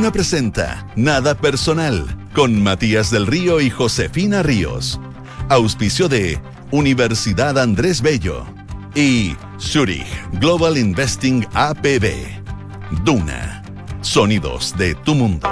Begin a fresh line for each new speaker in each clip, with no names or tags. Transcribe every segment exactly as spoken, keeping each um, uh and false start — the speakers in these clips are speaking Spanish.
Duna presenta Nada Personal con Matías del Río y Josefina Ríos. Auspicio de Universidad Andrés Bello y Zurich Global Investing A P B. Duna, sonidos de tu mundo.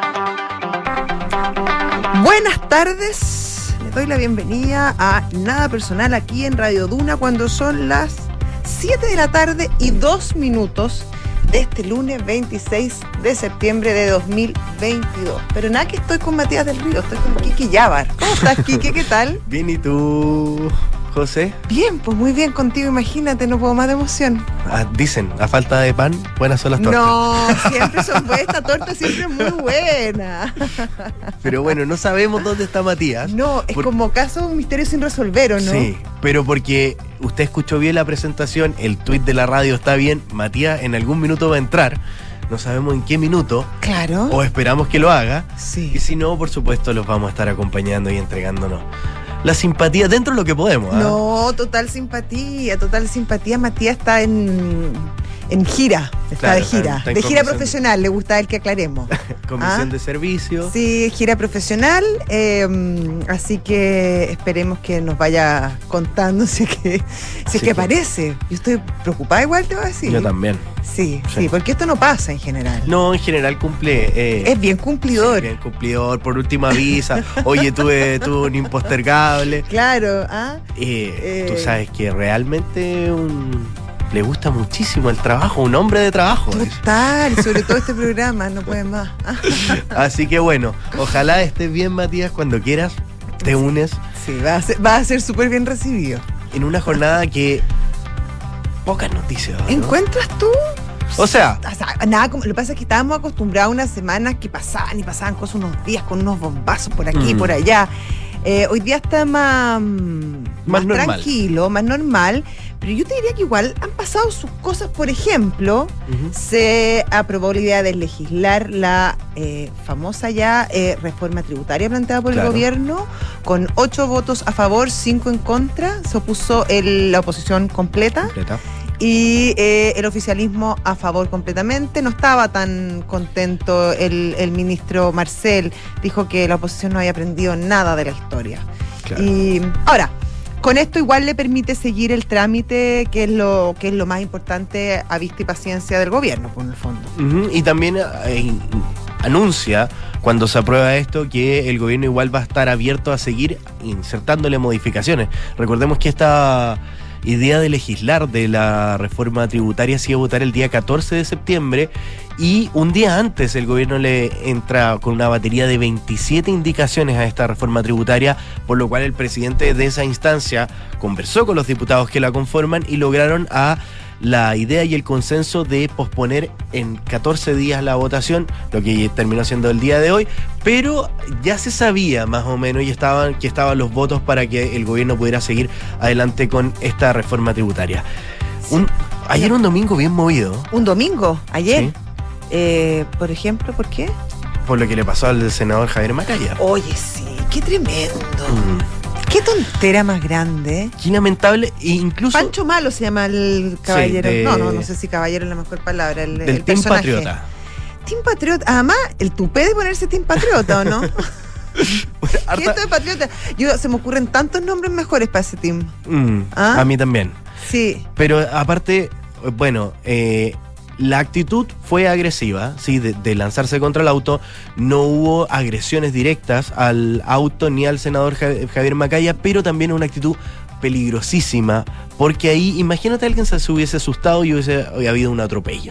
Buenas tardes, les doy la bienvenida a Nada Personal aquí en Radio Duna cuando son las siete de la tarde y dos minutos de este lunes veintiséis de septiembre de dos mil veintidós. Pero nada que estoy con Matías del Río, estoy con Kiki Yabar. ¿Cómo estás, Kiki? ¿Qué tal?
Bien, ¿y tú, José?
Bien, pues muy bien contigo, imagínate, no puedo más de emoción.
Ah, dicen, a falta de pan, buenas son las tortas.
No, siempre son buenas, esta torta siempre es muy buena.
Pero bueno, no sabemos dónde está Matías.
No, es
por...
como caso un misterio sin resolver, ¿o no?
Sí, pero porque usted escuchó bien la presentación, el tuit de la radio está bien, Matías en algún minuto va a entrar, no sabemos en qué minuto.
Claro.
O esperamos que lo haga.
Sí.
Y si no, por supuesto, los vamos a estar acompañando y entregándonos la simpatía dentro de lo que podemos. ¿eh?
No, total simpatía, total simpatía. Matías está en, en gira, está
Claro,
de gira,
está en
de gira
comisión.
profesional, le gusta a él que aclaremos.
Comisión
¿Ah?
de servicio.
Sí, gira profesional, eh, así que esperemos que nos vaya contando si es que, si es que aparece. Yo estoy preocupada igual, te voy a decir.
Yo también.
Sí, sí,
Sí.
porque esto no pasa en general.
No, en general cumple. eh,
Es bien cumplidor.
Sí, bien cumplidor, por último avisa. Oye, tuve, tuve un impostergable.
Claro, ¿ah?
Eh,
Eh.
Tú sabes que realmente un, le gusta muchísimo el trabajo, un hombre de trabajo.
Total, sobre todo este programa, no puede más.
Así que bueno, ojalá estés bien, Matías, cuando quieras, te unes
Sí, va a ser, va a ser súper bien recibido.
en una jornada que pocas noticias, ¿no?
¿Encuentras tú?
O sea,
O sea, nada, como, lo que pasa es que estábamos acostumbrados a unas semanas que pasaban y pasaban cosas unos días con unos bombazos por aquí y
Mm.
por allá. Eh, hoy día está más, más,
normal.
tranquilo, más normal, pero yo te diría que igual han pasado sus cosas. Por ejemplo,
ujú,
se aprobó la idea de legislar la eh, famosa ya eh, reforma tributaria planteada por
Claro.
el gobierno, con ocho votos a favor, cinco en contra. Se opuso el- la oposición completa.
completa.
Y eh, el oficialismo a favor completamente. No estaba tan contento el, el ministro Marcel. Dijo que la oposición no había aprendido nada de la historia.
Claro.
Y ahora, con esto igual le permite seguir el trámite, que es lo, que es lo más importante a vista y paciencia del gobierno, por el fondo.
Ujú, y también eh, anuncia, cuando se aprueba esto, que el gobierno igual va a estar abierto a seguir insertándole modificaciones. Recordemos que esta idea de legislar de la reforma tributaria se iba a votar el día catorce de septiembre y un día antes el gobierno le entra con una batería de veintisiete indicaciones a esta reforma tributaria, por lo cual el presidente de esa instancia conversó con los diputados que la conforman y lograron a la idea y el consenso de posponer en catorce días la votación, lo que terminó siendo el día de hoy, pero ya se sabía más o menos y estaban, que estaban los votos para que el gobierno pudiera seguir adelante con esta reforma tributaria. Un, ayer un domingo bien movido,
Un domingo, ayer,
Sí.
eh, por ejemplo, ¿por qué?
por lo que le pasó al senador Javier Macaya.
Oye, sí, qué tremendo.
Mm,
Qué tontera más grande.
qué lamentable, e incluso
Pancho Malo se llama el caballero.
de-
No, no, no sé si caballero es la mejor palabra. El,
del
el
Team
personaje.
Patriota.
Team Patriota. Además, el tupé de ponerse Team Patriota, ¿o no? ¿Qué
Harta-
esto de Patriota? Yo, se me ocurren tantos nombres mejores para ese team.
Mm,
¿Ah?
A mí también.
Sí.
Pero aparte, bueno, eh, la actitud fue agresiva, sí, de, de lanzarse contra el auto. No hubo agresiones directas al auto ni al senador Ja- Javier Macaya, pero también una actitud peligrosísima, porque ahí, imagínate a alguien se hubiese asustado y hubiese habido un atropello.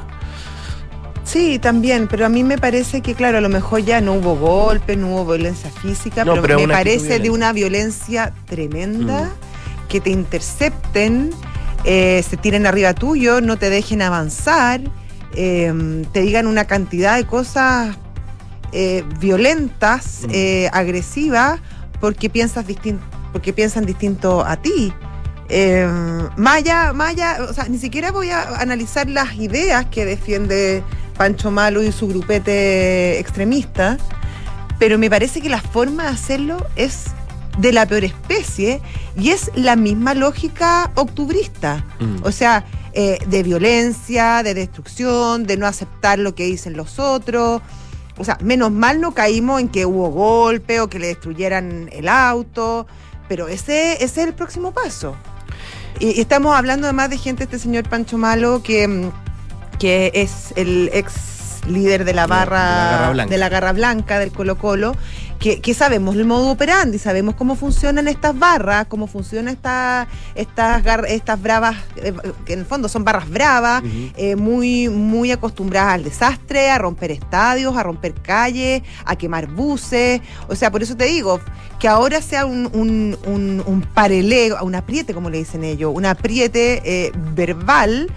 Sí, también, pero a mí me parece que, claro, a lo mejor ya no hubo golpe, no hubo violencia física,
No,
pero,
pero
me
una actitud
parece de
violenta.
una violencia tremenda,
Mm.
que te intercepten, eh, se tiren arriba tuyo, no te dejen avanzar, eh, te digan una cantidad de cosas eh, violentas,
Mm.
eh, agresivas, porque piensas distin- porque piensan distinto a ti. Eh, Maya, Maya, o sea, ni siquiera voy a analizar las ideas que defiende Pancho Malo y su grupete extremista, pero me parece que la forma de hacerlo es de la peor especie y es la misma lógica octubrista.
Mm.
O sea, eh, de violencia, de destrucción, de no aceptar lo que dicen los otros. o sea, menos mal no caímos en que hubo golpe o que le destruyeran el auto, pero ese, ese es el próximo paso. Y, y estamos hablando además de gente, este señor Pancho Malo, que, que es el ex líder de la barra,
de la Garra Blanca,
de la Garra Blanca del Colo-Colo, que, que sabemos el modo operandi, sabemos cómo funcionan estas barras, cómo funcionan esta, estas gar, estas bravas, eh, que en el fondo son barras bravas, uh-huh. eh, muy, muy acostumbradas al desastre, a romper estadios, a romper calles, a quemar buses. O sea, por eso te digo, que ahora sea un, un, un, un parelego, un apriete, como le dicen ellos, un apriete eh, verbal,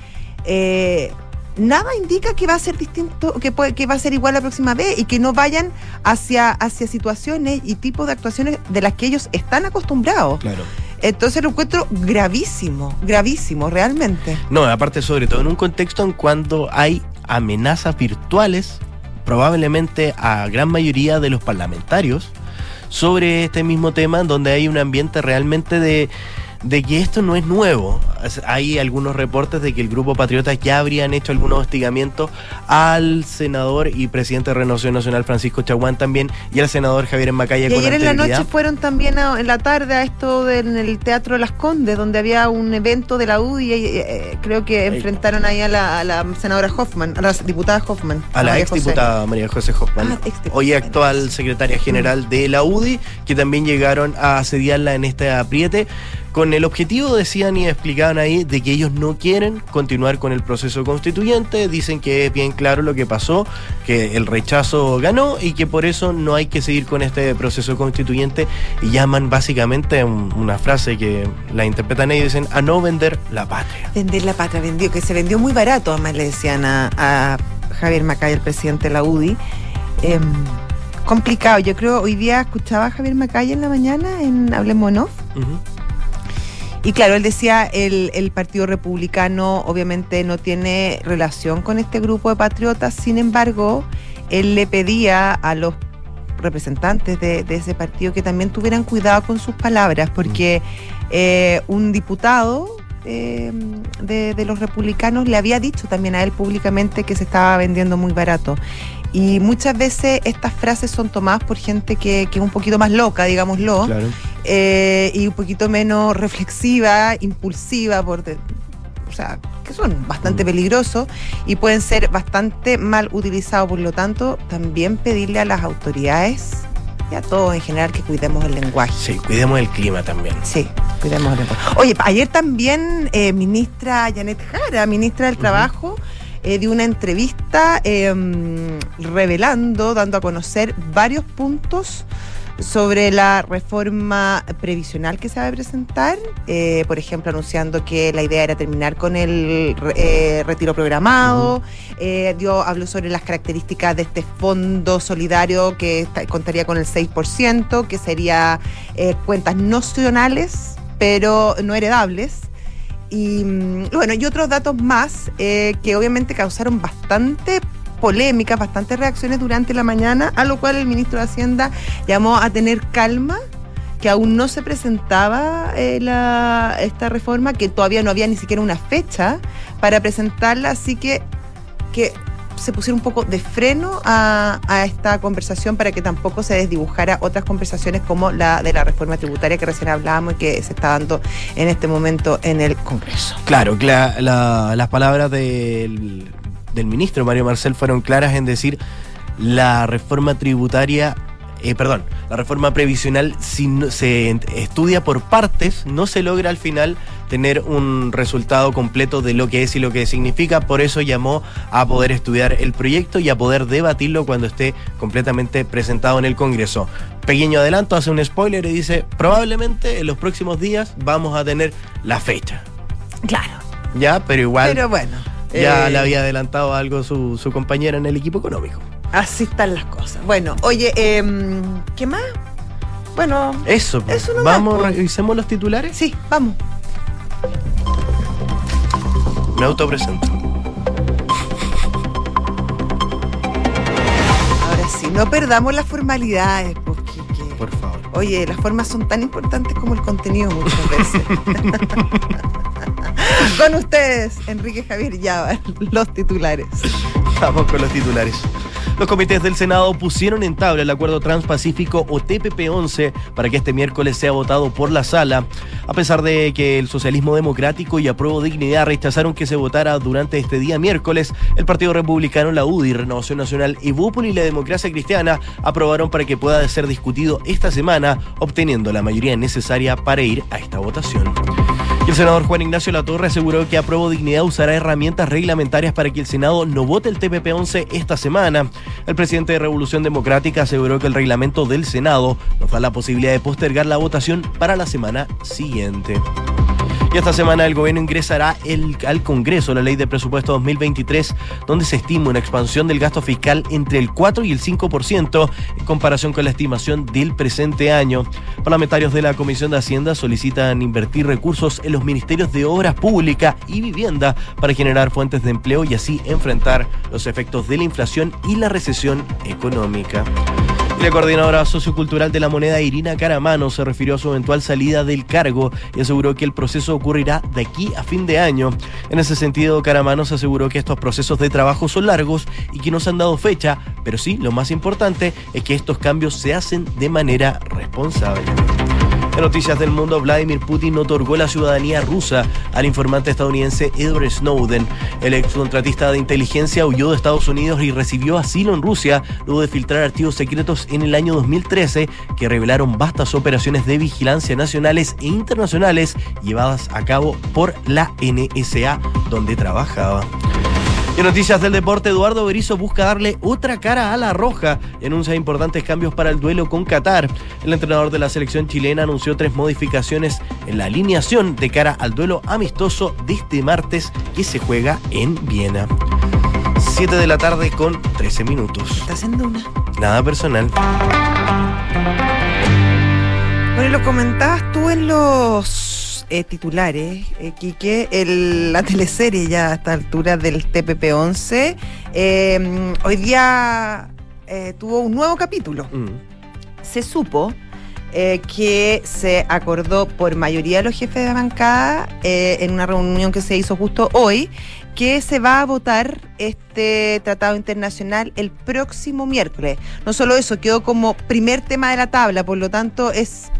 eh, nada indica que va a ser distinto, que, puede, que va a ser igual la próxima vez y que no vayan hacia, hacia situaciones y tipos de actuaciones de las que ellos están acostumbrados.
Claro.
Entonces lo encuentro gravísimo, gravísimo, realmente.
No, aparte sobre todo en un contexto en cuando hay amenazas virtuales, probablemente a gran mayoría de los parlamentarios, sobre este mismo tema, donde hay un ambiente realmente de... de que esto no es nuevo. Hay algunos reportes de que el Grupo Patriotas ya habrían hecho algunos hostigamientos al senador y presidente de Renovación Nacional Francisco Chaguán también, y al senador Javier Macaya.
Y
con
ayer en la
anterioridad.
noche fueron también a, en la tarde a esto de, en el Teatro Las Condes, donde había un evento de la U D I y eh, creo que enfrentaron ahí a la, a la senadora Hoffman, a la diputada Hoffman.
A, a la ex diputada María José Hoffman, ah, hoy actual secretaria general mm. de la U D I, que también llegaron a asediarla en este apriete, con el objetivo, decían y explicaban ahí, de que ellos no quieren continuar con el proceso constituyente. Dicen que es bien claro lo que pasó, que el rechazo ganó y que por eso no hay que seguir con este proceso constituyente, y llaman básicamente un, una frase que la interpretan ellos, dicen a no vender la patria.
Vender la patria, vendió, que se vendió muy barato, además le decían a, a Javier Macaya, el presidente de la U D I. Eh, complicado, yo creo, hoy día escuchaba a Javier Macaya en la mañana en Hablemos en Off. Uh-huh. Y claro, él decía, el, el Partido Republicano obviamente no tiene relación con este grupo de patriotas, sin embargo, él le pedía a los representantes de, de ese partido que también tuvieran cuidado con sus palabras, porque eh, un diputado eh, de, de los republicanos le había dicho también a él públicamente que se estaba vendiendo muy barato. Y muchas veces estas frases son tomadas por gente que, que es un poquito más loca, digámoslo,
claro.
eh, y un poquito menos reflexiva, impulsiva, por de, o sea, que son bastante mm. peligrosos y pueden ser bastante mal utilizados. Por lo tanto, también pedirle a las autoridades y a todos en general que cuidemos el lenguaje.
Sí, cuidemos el clima también.
Sí, cuidemos el lenguaje. Oye, ayer también eh, ministra Janet Jara, ministra del uh-huh. Trabajo, Eh, de una entrevista eh, revelando, dando a conocer varios puntos sobre la reforma previsional que se va a presentar, eh, por ejemplo, anunciando que la idea era terminar con el eh, retiro programado, uh-huh. eh, dio, habló sobre las características de este fondo solidario que está, contaría con el seis por ciento, que sería eh, cuentas nocionales, pero no heredables. Y bueno, y otros datos más eh, que obviamente causaron bastante polémicas, bastantes reacciones durante la mañana, a lo cual el ministro de Hacienda llamó a tener calma, que aún no se presentaba eh, la, esta reforma, que todavía no había ni siquiera una fecha para presentarla, así que que se pusiera un poco de freno a, a esta conversación para que tampoco se desdibujara otras conversaciones como la de la reforma tributaria que recién hablábamos y que se está dando en este momento en el Congreso.
Claro, la, la, las palabras del, del ministro Mario Marcel fueron claras en decir la reforma tributaria, eh, perdón, la reforma previsional, si no, se estudia por partes, no se logra al final tener un resultado completo de lo que es y lo que significa. Por eso llamó a poder estudiar el proyecto y a poder debatirlo cuando esté completamente presentado en el Congreso. Pequeño adelanto, hace un spoiler y dice, probablemente en los próximos días vamos a tener la fecha.
Claro.
Ya, pero igual
pero bueno,
ya
eh...
le había adelantado algo su, su compañera en el equipo económico.
Así están las cosas. Bueno, oye, eh, ¿qué más? Bueno,
eso, pues.
eso no
vamos,
más,
revisemos los titulares.
Sí, vamos.
Me autopresento.
Ahora sí, no perdamos las formalidades, porque que,
por favor.
Oye, las formas son tan importantes como el contenido muchas veces. Con ustedes, Enrique Javier Llava, los titulares.
Vamos con los titulares. Los comités del Senado pusieron en tabla el Acuerdo Transpacífico o T P P once para que este miércoles sea votado por la sala. A pesar de que el Socialismo Democrático y Apruebo Dignidad rechazaron que se votara durante este día miércoles, el Partido Republicano, la U D I, Renovación Nacional, Evópolis y la Democracia Cristiana aprobaron para que pueda ser discutido esta semana, obteniendo la mayoría necesaria para ir a esta votación. Y el senador Juan Ignacio Latorre aseguró que Apruebo Dignidad usará herramientas reglamentarias para que el Senado no vote el T P P once esta semana. El presidente de Revolución Democrática aseguró que el reglamento del Senado nos da la posibilidad de postergar la votación para la semana siguiente. Y esta semana el gobierno ingresará el, al Congreso la ley de presupuesto dos mil veintitrés, donde se estima una expansión del gasto fiscal entre el cuatro y el cinco por ciento en comparación con la estimación del presente año. Parlamentarios de la Comisión de Hacienda solicitan invertir recursos en los ministerios de Obras Públicas y Vivienda para generar fuentes de empleo y así enfrentar los efectos de la inflación y la recesión económica. Y la coordinadora sociocultural de La Moneda, Irina Caramano, se refirió a su eventual salida del cargo y aseguró que el proceso ocurrirá de aquí a fin de año. En ese sentido, Caramano se aseguró que estos procesos de trabajo son largos y que no se han dado fecha, pero sí, lo más importante es que estos cambios se hacen de manera responsable. En noticias del mundo, Vladimir Putin otorgó la ciudadanía rusa al informante estadounidense Edward Snowden. El excontratista de inteligencia huyó de Estados Unidos y recibió asilo en Rusia luego de filtrar archivos secretos en el año dos mil trece que revelaron vastas operaciones de vigilancia nacionales e internacionales llevadas a cabo por la N S A, donde trabajaba. En noticias del deporte, Eduardo Berizzo busca darle otra cara a la Roja y anuncia importantes cambios para el duelo con Qatar. El entrenador de la selección chilena anunció tres modificaciones en la alineación de cara al duelo amistoso de este martes que se juega en Viena. siete de la tarde con trece minutos.
Está haciendo una.
Nada personal.
Bueno, lo comentabas tú en los Eh, titulares, eh, Quique, el, la teleserie ya a esta altura del T P P once, eh, hoy día eh, tuvo un nuevo capítulo. Mm. Se supo eh, que se acordó por mayoría de los jefes de bancada eh, en una reunión que se hizo justo hoy, que se va a votar este tratado internacional el próximo miércoles. No solo eso, quedó como primer tema de la tabla, por lo tanto es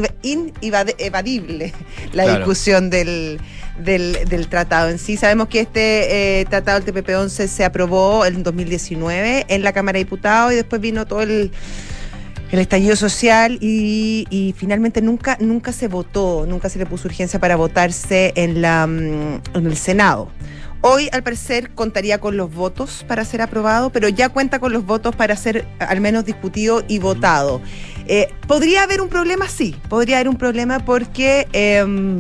inevadible la claro. discusión del, del, del tratado en sí. Sabemos que este eh, tratado del T P P once se aprobó en dos mil diecinueve en la Cámara de Diputados y después vino todo el el estallido social y, y finalmente nunca, nunca se votó, nunca se le puso urgencia para votarse en, la, en el Senado. Hoy, al parecer, contaría con los votos para ser aprobado, pero ya cuenta con los votos para ser al menos discutido y votado. Eh, ¿Podría haber un problema? Sí, podría haber un problema porque eh,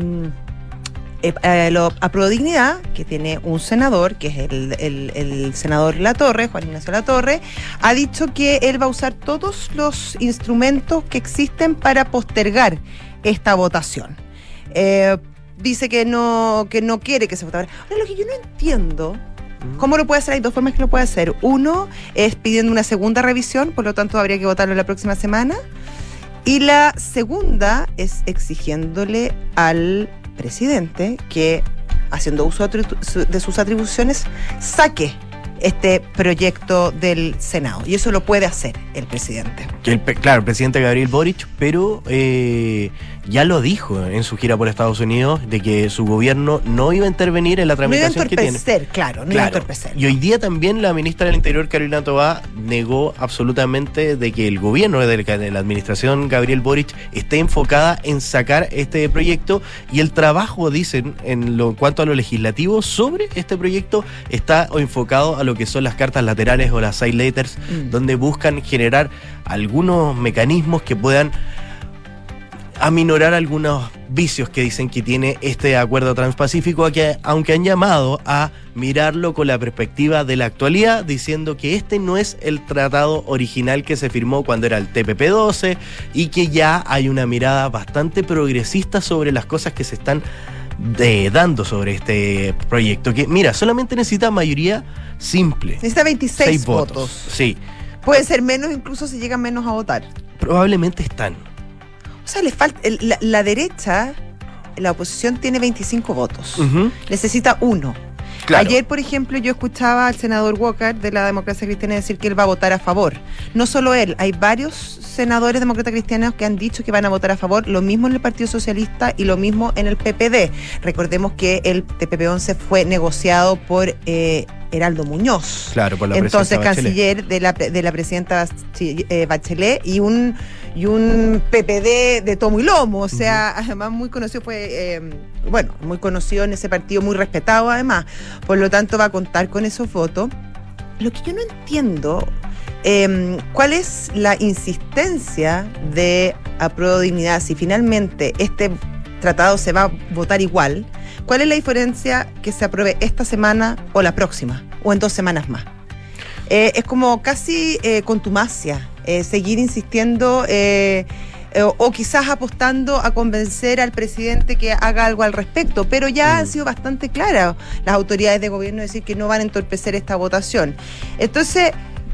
eh, eh, lo Apruebo Dignidad, que tiene un senador, que es el, el, el senador Latorre, Juan Ignacio Latorre, ha dicho que él va a usar todos los instrumentos que existen para postergar esta votación. Eh, Dice que no, que no quiere que se vote ahora. Ahora, lo que yo no entiendo, ¿cómo lo puede hacer? Hay dos formas que lo puede hacer. Uno es pidiendo una segunda revisión, por lo tanto habría que votarlo la próxima semana. Y la segunda es exigiéndole al presidente que, haciendo uso de sus atribuciones, saque este proyecto del Senado. Y eso lo puede hacer el presidente.
El, claro, el presidente Gabriel Boric, pero eh, ya lo dijo en su gira por Estados Unidos de que su gobierno no iba a intervenir en la tramitación que tiene.
No iba a entorpecer, claro, no
claro.
iba a entorpecer.
Y hoy día también la ministra del Interior, Carolina Tobá, negó absolutamente de que el gobierno de la, de la administración Gabriel Boric esté enfocada en sacar este proyecto y el trabajo, dicen, en lo en cuanto a lo legislativo sobre este proyecto está enfocado a lo que son las cartas laterales o las side letters, mm. donde buscan generar algunos mecanismos que puedan aminorar algunos vicios que dicen que tiene este acuerdo transpacífico, que, aunque han llamado a mirarlo con la perspectiva de la actualidad, diciendo que este no es el tratado original que se firmó cuando era el T P P doce y que ya hay una mirada bastante progresista sobre las cosas que se están de, dando sobre este proyecto, que mira, solamente necesita mayoría simple.
Necesita veintiséis votos.
votos. Sí.
Puede ser menos incluso si llegan menos a votar.
Probablemente están.
O sea, le falta el, la, la derecha, la oposición tiene veinticinco votos. Uh-huh. Necesita uno.
Claro.
Ayer, por ejemplo, yo escuchaba al senador Walker de la Democracia Cristiana decir que él va a votar a favor. No solo él, hay varios senadores demócratas cristianos que han dicho que van a votar a favor, lo mismo en el Partido Socialista y lo mismo en el P P D. Recordemos que el T P P once fue negociado por eh, Heraldo Muñoz,
claro, por la
entonces
presidenta
canciller de la, de la presidenta Bachelet, y un y un P P D de tomo y lomo, o sea, uh-huh. además muy conocido, fue, eh, bueno, muy conocido en ese partido, muy respetado además, por lo tanto va a contar con esos votos. Lo que yo no entiendo, eh, ¿cuál es la insistencia de Apruebo Dignidad si finalmente este tratado se va a votar igual? ¿Cuál es la diferencia que se apruebe esta semana o la próxima, o en dos semanas más? Eh, es como casi eh, contumacia, eh, seguir insistiendo eh, eh, o, o quizás apostando a convencer al presidente que haga algo al respecto, pero ya mm. han sido bastante claras las autoridades de gobierno decir que no van a entorpecer esta votación. Entonces,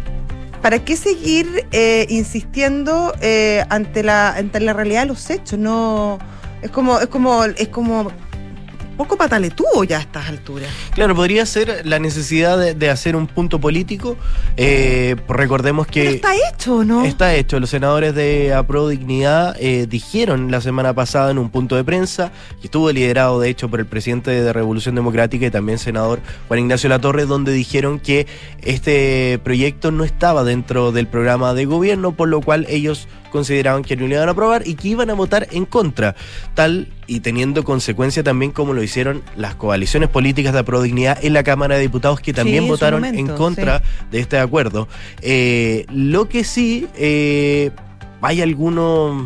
¿para qué seguir eh, insistiendo eh, ante la ante la realidad de los hechos? No, es como es como es como poco pataletudo ya a estas alturas.
Claro, podría ser la necesidad de, de hacer un punto político. Eh, recordemos que...
Pero está hecho, ¿no?
Está hecho. Los senadores de Apruebo Dignidad eh, dijeron la semana pasada en un punto de prensa, que estuvo liderado de hecho por el presidente de Revolución Democrática y también senador Juan Ignacio Latorre, donde dijeron que este proyecto no estaba dentro del programa de gobierno, por lo cual ellos consideraban que no lo iban a aprobar y que iban a votar en contra, tal y teniendo consecuencia también como lo hicieron las coaliciones políticas de Apruebo Dignidad en la Cámara de Diputados, que también
sí,
votaron en,
momento,
en contra sí. de este acuerdo. Eh, lo que sí, eh, hay algunos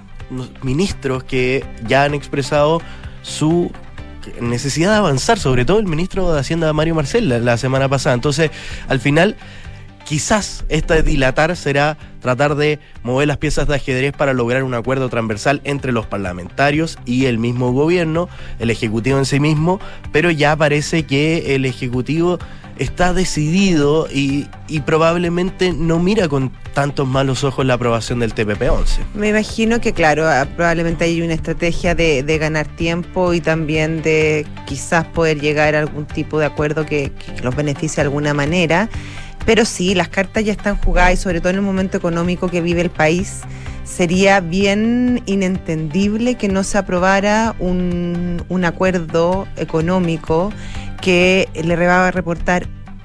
ministros que ya han expresado su necesidad de avanzar, sobre todo el ministro de Hacienda Mario Marcel la, la semana pasada. Entonces, al final, quizás este dilatar será tratar de mover las piezas de ajedrez para lograr un acuerdo transversal entre los parlamentarios y el mismo gobierno, el Ejecutivo en sí mismo, pero ya parece que el Ejecutivo está decidido y, y probablemente no mira con tantos malos ojos la aprobación del T P P once.
Me imagino que, claro, probablemente hay una estrategia de, de ganar tiempo y también de quizás poder llegar a algún tipo de acuerdo que, que los beneficie de alguna manera. Pero sí, las cartas ya están jugadas y sobre todo en el momento económico que vive el país, sería bien inentendible que no se aprobara un, un acuerdo económico que le va a reportar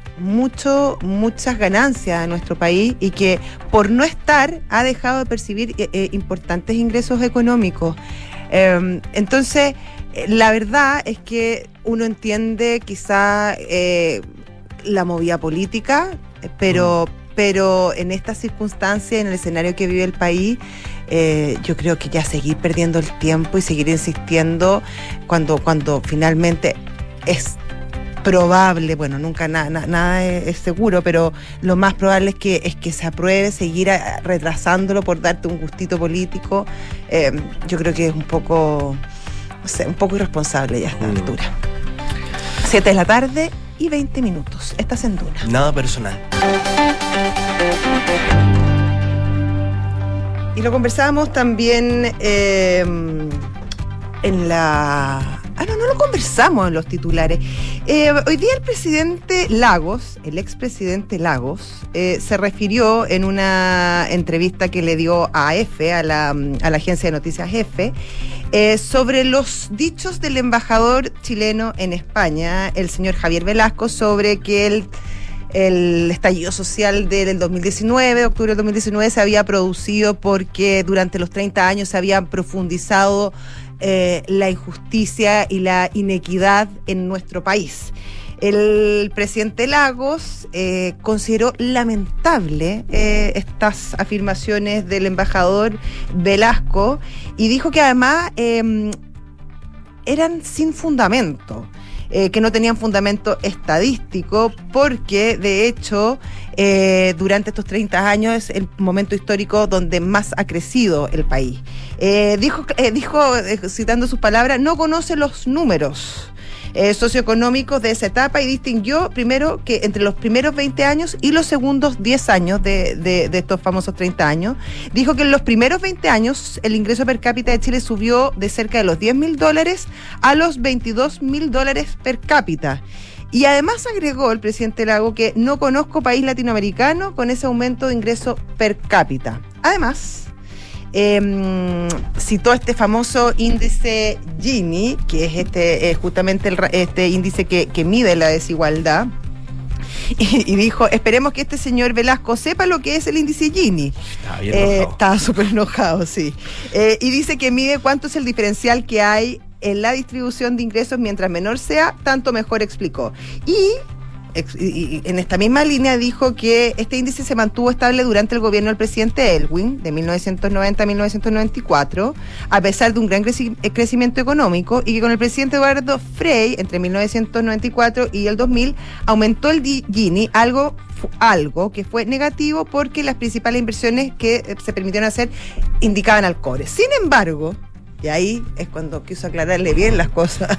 mucho, muchas ganancias a nuestro país y que por no estar ha dejado de percibir eh, importantes ingresos económicos. Eh, entonces, la verdad es que uno entiende quizá eh, la movida política, pero, mm. pero en estas circunstancias, en el escenario que vive el país, eh, yo creo que ya seguir perdiendo el tiempo y seguir insistiendo cuando, cuando finalmente es probable, bueno, nunca na, na, nada es, es seguro, pero lo más probable es que, es que se apruebe, seguir a, retrasándolo por darte un gustito político, eh, yo creo que es un poco, no sé, un poco irresponsable ya a esta mm. altura. Siete de la tarde y veinte minutos. Estás en Duna.
Nada personal.
Y lo conversábamos también eh, en la... Ah, no, no lo conversamos en los titulares. Eh, hoy día el presidente Lagos, el expresidente Lagos, eh, se refirió en una entrevista que le dio a EFE, a la, a la agencia de noticias EFE, eh, sobre los dichos del embajador chileno en España, el señor Javier Velasco, sobre que el, el estallido social del dos mil diecinueve, de octubre del dos mil diecinueve, se había producido porque durante los treinta años se habían profundizado Eh, la injusticia y la inequidad en nuestro país. El presidente Lagos eh, consideró lamentable eh, estas afirmaciones del embajador Velasco y dijo que además eh, eran sin fundamento. Eh, que no tenían fundamento estadístico porque de hecho eh, durante estos treinta años es el momento histórico donde más ha crecido el país. Eh, dijo, eh, dijo eh, citando sus palabras, no conoce los números eh, socioeconómicos de esa etapa y distinguió primero que entre los primeros veinte años y los segundos diez años de, de, de estos famosos treinta años, dijo que en los primeros veinte años el ingreso per cápita de Chile subió de cerca de los diez mil dólares a los veintidós mil dólares per cápita Y además agregó el presidente Lago que no conozco país latinoamericano con ese aumento de ingreso per cápita. Además, eh, citó este famoso índice Gini, que es este eh, justamente el, este índice que, que mide la desigualdad. Y, y dijo, esperemos que este señor Velasco sepa lo que es el índice Gini.
Estaba bien
eh,
enojado.
Estaba súper enojado, sí. Eh, y dice que mide cuánto es el diferencial que hay en la distribución de ingresos, mientras menor sea, tanto mejor, explicó. Y, ex, y, y en esta misma línea dijo que este índice se mantuvo estable durante el gobierno del presidente Elwin, de mil novecientos noventa a mil novecientos noventa y cuatro, a pesar de un gran creci- crecimiento económico, y que con el presidente Eduardo Frei, entre mil novecientos noventa y cuatro y el dos mil, aumentó el Gini, algo, algo que fue negativo porque las principales inversiones que se permitieron hacer indicaban al cobre. Sin embargo, y ahí es cuando quiso aclararle bien las cosas